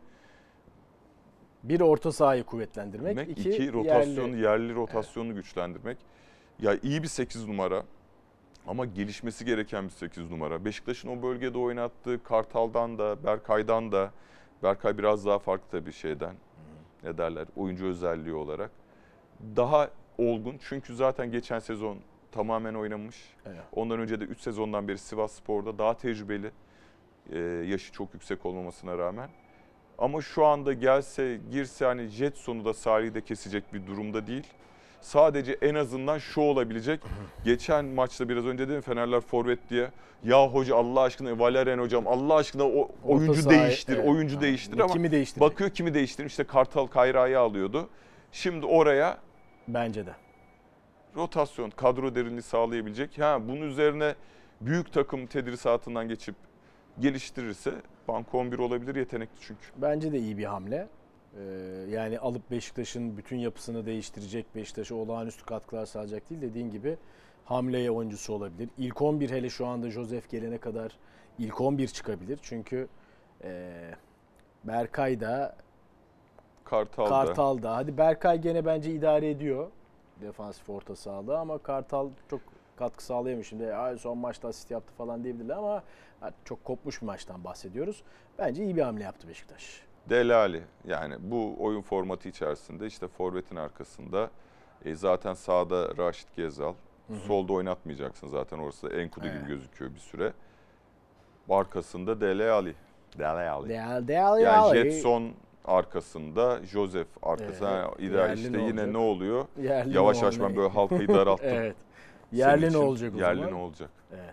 Bir orta sahayı kuvvetlendirmek, Demek, iki, iki rotasyonu, yerli. yerli rotasyonu güçlendirmek. Ya iyi bir sekiz numara ama gelişmesi gereken bir sekiz numara. Beşiktaş'ın o bölgede oynattığı Kartal'dan da, Berkay'dan da, Berkay biraz daha farklı tabii şeyden, ne derler, oyuncu özelliği olarak. Daha olgun. Çünkü zaten geçen sezon tamamen oynamış. Evet. Ondan önce de üç sezondan beri Sivasspor'da daha tecrübeli. Ee, yaşı çok yüksek olmamasına rağmen. Ama şu anda gelse, girse hani jet sonu da Salih'i de kesecek bir durumda değil. Sadece en azından şu olabilecek. Geçen maçta biraz önce dedim Fenerler forvet diye. Ya hoca Allah aşkına Valerian hocam Allah aşkına o oyuncu sahayı, değiştir, evet. oyuncu Ha, değiştir ve ama kimi değiştirecek? bakıyor kimi değiştirir. İşte Kartal Kayra'yı alıyordu. Şimdi oraya Bence de. rotasyon, kadro derinliği sağlayabilecek. Ha bunun üzerine büyük takım tedrisatından geçip geliştirirse banko on bir olabilir, yetenekli çünkü. Bence de iyi bir hamle. Ee, yani alıp Beşiktaş'ın bütün yapısını değiştirecek, Beşiktaş'a olağanüstü katkılar sağlayacak değil. Dediğin gibi hamleye oyuncusu olabilir. İlk on bir hele şu anda Josef gelene kadar ilk on bir çıkabilir. Çünkü e, Berkay da Kartal'da. Kartal da. Hadi Berkay gene bence idare ediyor defansif orta sahalığı ama Kartal çok katkı sağlayamıyor. Şimdi "Ay, son maçta asist yaptı falan diyebilirler ama çok kopmuş bir maçtan bahsediyoruz. Bence iyi bir hamle yaptı Beşiktaş. Dele Alli, yani bu oyun formatı içerisinde işte forvetin arkasında e, zaten sağda Raşit Gezal, Hı hı. solda oynatmayacaksın zaten orası Enkudu Evet. gibi gözüküyor bir süre. Arkasında Dele Alli. Dele Alli. Del, del, Yani del. Jetson arkasında, Josef arkasında. Evet, İdeal yerli işte ne yine olacak? ne oluyor? Yerli Yavaş ne yavaş ben olacak? böyle halkayı daralttım. Evet. Senin Yerli ne için olacak o yerli zaman? ne olacak? Evet.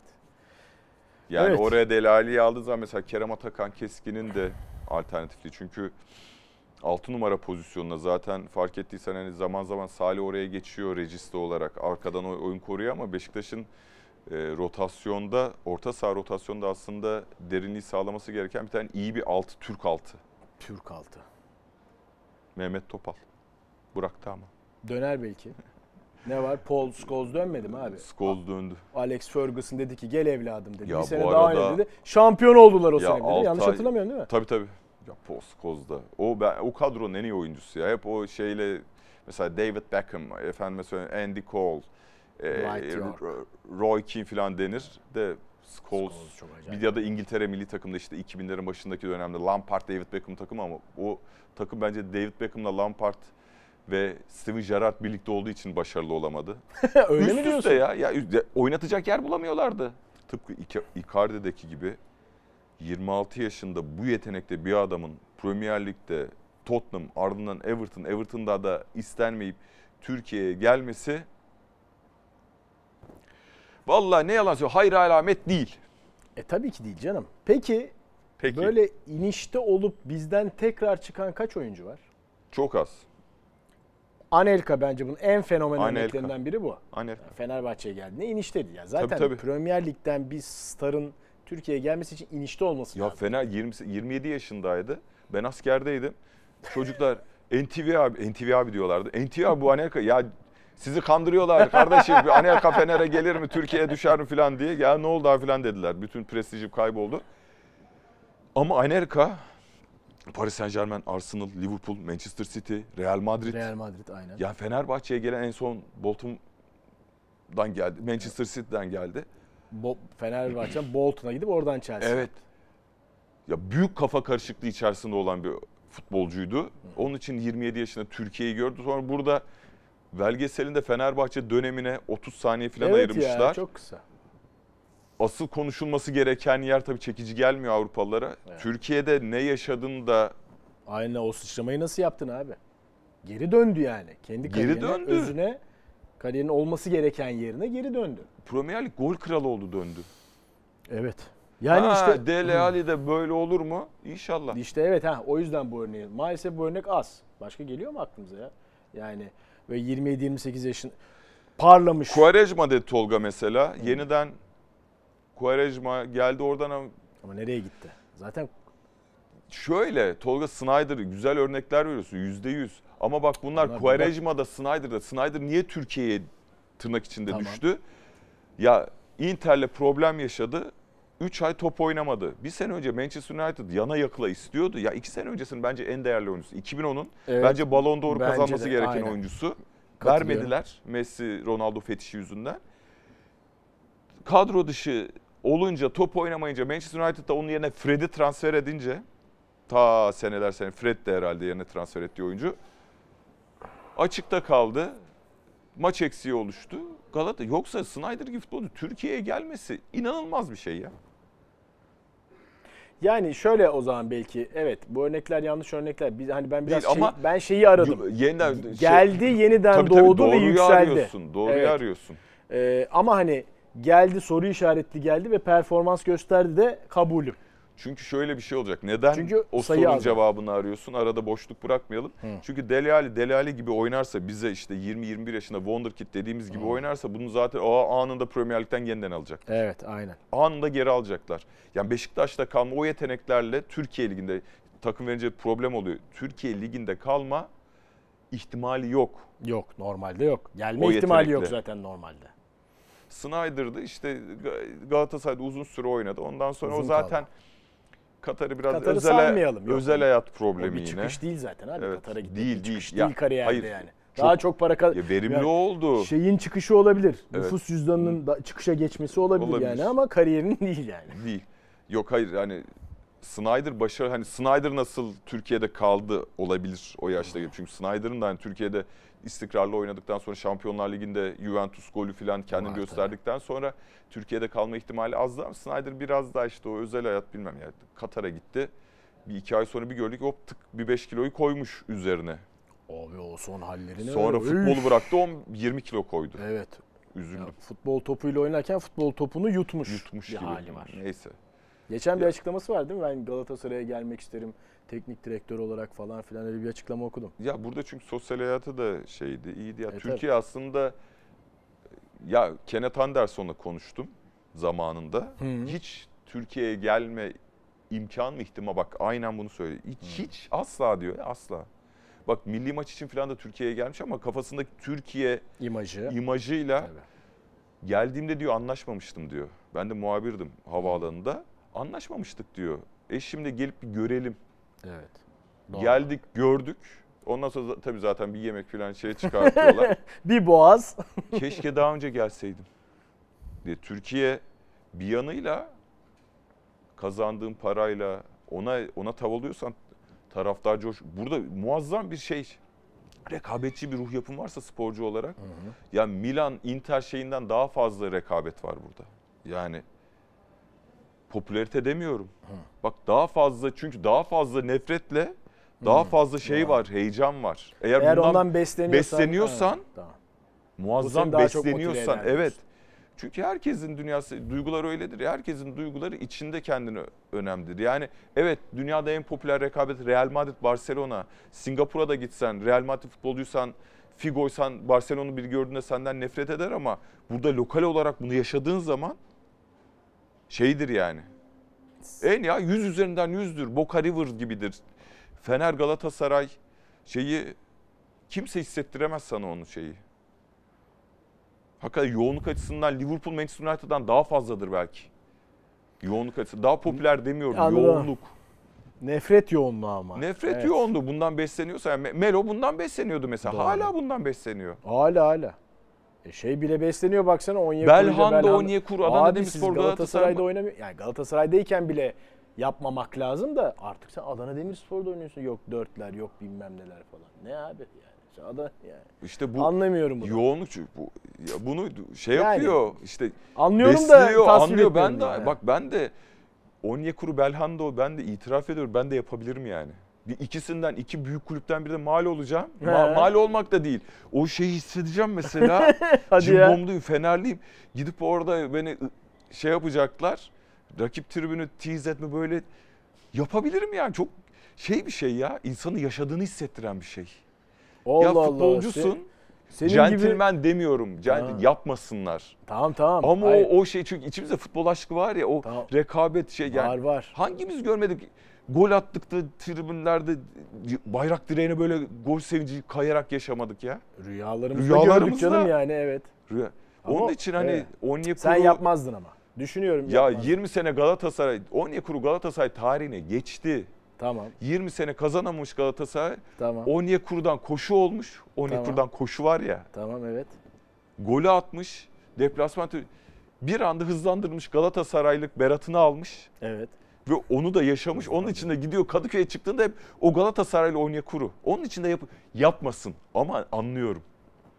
Yani Evet. oraya Dele Alli'yi aldığı zaman mesela Kerem Atakan Keskin'in de alternatifli. Çünkü altı numara pozisyonuna zaten fark ettiysen hani zaman zaman Salih oraya geçiyor rejiste olarak. Arkadan oyun koruyor ama Beşiktaş'ın e, rotasyonda, orta saha rotasyonda aslında derinliği sağlaması gereken bir tane iyi bir altı, Türk altı. Türk altı. Mehmet Topal. Bıraktı ama. Döner belki. Ne var? Paul Scholes dönmedi mi abi? Scholes döndü. Alex Ferguson dedi ki gel evladım dedi. Ya bir bu sene daha arada- oyna dedi. Şampiyon oldular o Ya sene dedi. Altay- Yanlış hatırlamıyorum değil mi? Tabii tabii. Ya Paul Scholes'da. O, ben, o kadronun en iyi oyuncusu ya. Hep o şeyle mesela David Beckham, efendim mesela Andy Cole, e, Dwight York. Roy Keane falan denir de Scholes, Scholes çok acayip. bir ya da İngiltere milli takımda işte iki binlerin başındaki dönemde Lampard, David Beckham takımı ama o takım bence David Beckham'la Lampard ve Steven Gerrard birlikte olduğu için başarılı olamadı. Öyle Üst mi üste diyorsun? ya, ya oynatacak yer bulamıyorlardı. Tıpkı Icardi'deki gibi yirmi altı yaşında bu yetenekte bir adamın Premier Lig'de Tottenham, ardından Everton, Everton'da da istenmeyip Türkiye'ye gelmesi vallahi ne yalan söylüyor, hayır alamet değil. E tabii ki değil canım. Peki, Peki. böyle inişte olup bizden tekrar çıkan kaç oyuncu var? Çok az. Anelka bence bunun en fenomen Anelka. örneklerinden biri bu. Hani Fenerbahçe'ye geldiğinde inişteydi. Ya zaten Tabii, tabii. Premier Lig'den bir starın Türkiye'ye gelmesi için inişte olması ya lazım. Fener yirmi, yirmi yedi yaşındaydı. Ben askerdeydim. Çocuklar N T V abi, N T V abi diyorlardı. N T V abi bu Anelka ya sizi kandırıyorlar kardeşim. Bir Anelka Fener'e gelir mi, Türkiye'ye düşer mi falan diye. Ya ne oldu abi falan dediler. Bütün prestijim kayboldu. Ama Anelka Paris Saint-Germain, Arsenal, Liverpool, Manchester City, Real Madrid. Real Madrid aynen. Ya Fenerbahçe'ye gelen en son Bolton'dan geldi. Manchester City'den geldi. Bo- Fenerbahçe'den Bolton'a gidip oradan Chelsea. Evet. Ya büyük kafa karışıklığı içerisinde olan bir futbolcuydu. Onun için yirmi yedi yaşında Türkiye'yi gördü. Sonra burada belgeselinde Fenerbahçe dönemine otuz saniye falan Evet ayırmışlar. ya, çok kısa. Asıl konuşulması gereken yer tabii çekici gelmiyor Avrupalılara. Evet. Türkiye'de ne yaşadığını da Aynen, o sıçramayı nasıl yaptın abi? Geri döndü yani. Kendi Geri kariyerine, döndü. özüne, kariyerin olması gereken yerine geri döndü. Premier Lig gol kralı oldu döndü. Evet. Yani ha, işte Dele Alli de böyle olur mu? İnşallah. İşte evet, ha o yüzden bu örneği. Maalesef bu örnek az. Başka geliyor mu aklımıza ya? Yani ve yirmi yedi yirmi sekiz yaşın parlamış. Quaresma dedi Tolga mesela. Hmm. Yeniden Quaresma geldi oradan ama Ama nereye gitti? Zaten şöyle Tolga Snyder güzel örnekler veriyorsun yüzde yüz. Ama bak bunlar Onlar Quaresma'da, Snyder'da. Snyder niye Türkiye'ye tırnak içinde Tamam. düştü? Ya Inter'le problem yaşadı. üç ay top oynamadı. Bir sene önce Manchester United yana yakıla istiyordu. Ya iki sene öncesinin bence en değerli oyuncusu. iki bin onun evet, bence Ballon d'Or'u bence kazanması de, gereken aynen. oyuncusu. Katılıyorum. Vermediler Messi, Ronaldo fetişi yüzünden. Kadro dışı olunca, top oynamayınca Manchester United'da onun yerine Fred'i transfer edince, ta seneler sene Fred de herhalde yerine transfer ettiği oyuncu, açıkta kaldı. maç eksiği oluştu. Galata yoksa Snyder gibi futbolcu Türkiye'ye gelmesi inanılmaz bir şey ya. Yani şöyle o zaman belki evet bu örnekler yanlış örnekler. Biz hani ben biraz Değil, şey, ama ben şeyi aradım. Yeniden Geldi, şey, yeniden tabii, doğdu tabii, ve yükseldi. Arıyorsun, doğruyu Evet. arıyorsun. Ee, ama hani geldi, soru işaretli geldi ve performans gösterdi de kabulüm. Çünkü şöyle bir şey olacak. Neden Çünkü o sayı sorunun az. cevabını arıyorsun? Arada boşluk bırakmayalım. Hı. Çünkü Dele Alli, Dele Alli gibi oynarsa bize işte yirmi yirmi bir yaşında Wonderkid dediğimiz gibi Hı. oynarsa bunu zaten o anında Premier Lig'den yeniden alacak. Evet, aynen. Anında geri alacaklar. Yani Beşiktaş'ta kalma o yeteneklerle Türkiye Ligi'nde takım verince problem oluyor. Türkiye Ligi'nde kalma ihtimali yok. Yok, normalde yok. Gelme O ihtimali yok yetenekle. zaten normalde. Snyder'dı işte Galatasaray'da uzun süre oynadı. Ondan sonra Uzun o zaten kaldı. Katar'ı biraz Katar'ı özel, saymayalım, yok. özel hayat O problemi bir yine. çıkış değil zaten abi. Evet, Katar'a gitmek değil, bir çıkış değil. değil, Ya, kariyerde hayır, yani. çok- Daha çok para kaz- Ya verimli yani oldu. Şeyin çıkışı olabilir. Evet. Nüfus cüzdanının da çıkışa geçmesi olabilir, Olabilir. yani ama kariyerinin değil yani. Değil. Yok hayır yani Snyder başarı hani Snyder nasıl Türkiye'de kaldı olabilir o yaşta. Çünkü Snyder'ın da hani Türkiye'de istikrarlı oynadıktan sonra Şampiyonlar Ligi'nde Juventus golü falan kendini Var gösterdikten sonra Türkiye'de kalma ihtimali azdı ama Snyder biraz daha işte o özel hayat bilmem yani Katar'a gitti. Bir iki ay sonra bir gördük hop tık bir beş kiloyu koymuş üzerine. Abi o son hallerini Sonra öyle. futbolu Üf. bıraktı on yirmi kilo koydu. Evet. Üzüldüm. Ya, futbol topuyla oynarken futbol topunu yutmuş, Yutmuş bir gibi. hali var. Neyse. Geçen bir Ya. açıklaması var değil mi? Ben Galatasaray'a gelmek isterim. Teknik direktör olarak falan filan öyle bir açıklama okudum. Ya burada çünkü sosyal hayatı da şeydi, iyiydi. Ya E, Türkiye aslında ya Kenneth Anderson'la konuştum zamanında. Hı. Hiç Türkiye'ye gelme imkan mı ihtimal bak aynen bunu söylüyor. Hiç, Hı. hiç asla diyor ya asla. Bak milli maç için falan da Türkiye'ye gelmiş ama kafasındaki Türkiye İmajı. imajıyla Tabii. geldiğimde diyor anlaşmamıştım diyor. Ben de muhabirdim havaalanında. Anlaşmamıştık diyor. E şimdi gelip bir görelim. Evet. Doğru. Geldik, gördük. Ondan sonra za- tabii zaten bir yemek falan şey çıkartıyorlar. Bir boğaz. Keşke daha önce gelseydim. Diye Türkiye bir yanıyla kazandığın parayla ona ona tav oluyorsan taraftar coş. Burada muazzam bir şey. Rekabetçi bir ruh yapın varsa sporcu olarak. Hı hı. Ya Milan, Inter şeyinden daha fazla rekabet var burada. Yani popülarite demiyorum. Hı. Bak daha fazla çünkü daha fazla nefretle daha Hı. fazla şey Doğru. var, heyecan var. Eğer, Eğer bundan ondan besleniyorsan, besleniyorsan, evet, tamam. Bu muazzam seni daha çok motive besleniyorsan eder evet. diyorsun. Çünkü herkesin dünyası, duyguları öyledir. ya, Herkesin duyguları içinde kendini önemlidir. Yani evet dünyada en popüler rekabet Real Madrid, Barcelona. Singapur'a da gitsen, Real Madrid futbolcuysan, Figo'ysan, Barcelona'yı bir gördüğünde senden nefret eder ama burada lokal olarak bunu yaşadığın zaman şeydir yani. En ya yüz üzerinden yüzdür. Boca River gibidir. Fener, Galatasaray şeyi kimse hissettiremez sana onun şeyi. Hakikaten yoğunluk açısından Liverpool, Manchester United'dan daha fazladır belki. Yoğunluk açısından. Daha popüler demiyorum. Anladım. Yoğunluk. Nefret yoğunluğu ama. Nefret Evet. yoğunluğu. Bundan besleniyorsa. Yani Melo bundan besleniyordu mesela. Doğru. Hala bundan besleniyor. Hala hala. E şey bile besleniyor baksana Onyekuru. Belhanda, Onyekuru, Adana Abi Demirspor, siz Galatasaray'da Galatasaray. oynamıyor. Yani Galatasaray'dayken bile yapmamak lazım da artık sen Adana Demirspor'da oynuyorsun. Yok dörtler, yok bilmem neler falan. Ne abi yani? Sen Adana yani. İşte bu Anlamıyorum bunu. yoğunluk bu ya bunu şey Yani. yapıyor. İşte Anlıyorum besliyor, da tasvip anlıyor. Ben etmiyorum de yani. bak ben de Onyekuru, Belhanda ben de itiraf ediyorum. Ben de yapabilirim yani. Bir ikisinden iki büyük kulüpten birine mal olacağım. Ma- He. mal olmak da değil. O şeyi hissedeceğim mesela. Hadi ya. Cimbomluyum, Fenerliyim. Gidip orada beni ı- şey yapacaklar. Rakip tribünü tease etme böyle yapabilirim yani. Çok şey bir şey ya. İnsanın yaşadığını hissettiren bir şey. Allah ya Allah. futbolcusun. Se- Senin Centilmen gibi... demiyorum. Cent- Ha. yapmasınlar. Tamam tamam. Ama Hayır. o, o şey çünkü içimizde futbol aşkı var ya o Tamam. rekabet şey yani. Var var. Hangimiz görmedik? Gol attık da tribünlerde bayrak direğine böyle gol sevinci kayarak yaşamadık ya. Rüyalarımızda, Rüyalarımızda. gördük canım yani evet. Rüya. Ama Onun için hani evet. Onyekuru Sen yapmazdın ama. Düşünüyorum ya yapmazdın. yirmi sene Galatasaray Onyekuru Galatasaray tarihine geçti. Tamam yirmi sene kazanamamış Galatasaray. tamam Onyekuru'dan koşu olmuş. Onyekuru'dan Tamam. koşu var ya. tamam evet. Golü atmış. Deplasman bir anda hızlandırılmış Galatasaraylık Berat'ını almış. Evet. Ve onu da yaşamış. Onun için de gidiyor Kadıköy'e çıktığında hep o Galatasaraylı Onyekuru. Onun için de yap yapmasın ama anlıyorum.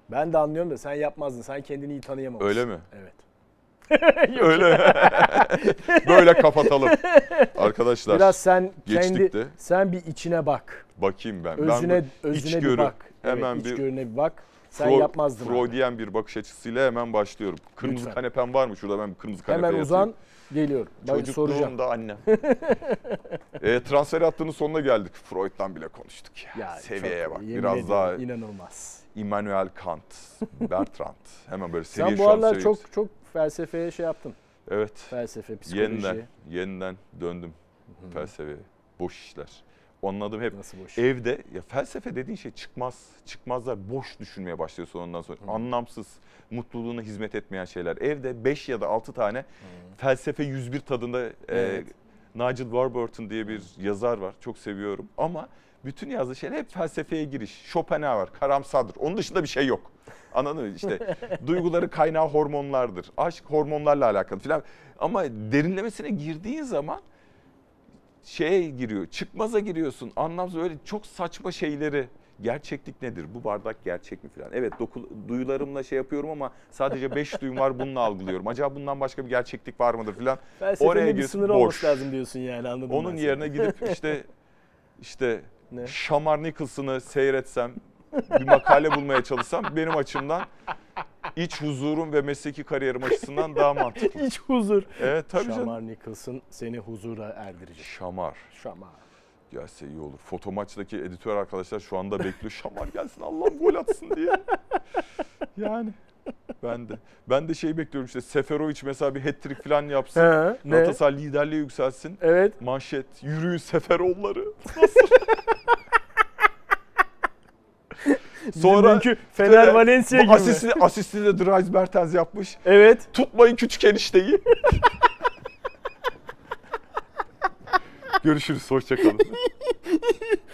Ben de anlıyorum da sen yapmazdın. Sen kendini iyi tanıyamamışsın. Öyle mi? Evet. Öyle. Böyle kapatalım. Arkadaşlar Biraz sen geçtik kendi de. sen bir içine bak. Bakayım ben. Özüne ben özüne bir içgörü, bak. Hemen evet, bir içgörüne bir bak. Sen Freud, yapmazdın. Freudiyen bir bakış açısıyla hemen başlıyorum. Kırmızı Lütfen. kanepem var mı? Şurada ben bir kırmızı kanepe Hemen uzan, geliyorum. Bak, soracağım. Çocukluğumda annem. e, transfer hattının sonuna geldik. Freud'dan bile konuştuk ya. Ya, Seviyeye çok- bak. yemin Biraz ediyorum, daha inanılmaz. Immanuel Kant, Bertrand. Hemen böyle seviye Sen bu şu an aralar seviye çok yüksek. çok felsefeye şey yaptın. Evet. Felsefe, psikoloji. Yeniden, yeniden döndüm Hı. felsefeye. Boş işler. Anladım hep. Nasıl boş? Evde ya felsefe dediğin şey çıkmaz. Çıkmazlar boş düşünmeye başlıyorsun ondan sonra. Hı. Anlamsız, mutluluğuna hizmet etmeyen şeyler. Evde beş ya da altı tane Hı. felsefe yüz bir tadında Evet. e, Nigel Warburton diye bir yazar var. Çok seviyorum ama bütün yazdığı şeyler hep felsefeye giriş. Schopenhauer, karamsardır. Onun dışında bir şey yok. Anladın mı? İşte duyguları kaynağı hormonlardır. Aşk hormonlarla alakalı falan. Ama derinlemesine girdiğin zaman şeye giriyor, çıkmaza giriyorsun. Anlamsız öyle çok saçma şeyleri. Gerçeklik nedir? Bu bardak gerçek mi falan? Evet doku, duyularımla şey yapıyorum ama sadece beş duyum var bununla algılıyorum. Acaba bundan başka bir gerçeklik var mıdır falan? Felsefenin Oraya bir gir, sınırı boş. olması lazım diyorsun yani, anladım ben Onun seni. yerine gidip işte işte Ne? Şamar Nicholson'ı seyretsem, bir makale bulmaya çalışsam benim açımdan iç huzurum ve mesleki kariyerim açısından daha mantıklı. İç huzur. Evet tabii canım. Şamar Nicholson seni huzura erdirecek. Şamar. Şamar. Gelse iyi olur. Foto maçtaki editör arkadaşlar şu anda bekliyor. Şamar gelsin Allah'ım gol atsın diye. Yani ben de. Ben de şey bekliyorum işte Seferovic mesela bir hat-trick falan yapsın. He, ne? Galatasaray liderliğe yükselsin. Evet. Manşet, yürüyün Seferoğulları. Sonra Dünkü Fener Valencia bu gibi. asisti, asisti de Dries Mertens yapmış. Evet. Tutmayın küçük enişteyi. Görüşürüz, hoşça kalın.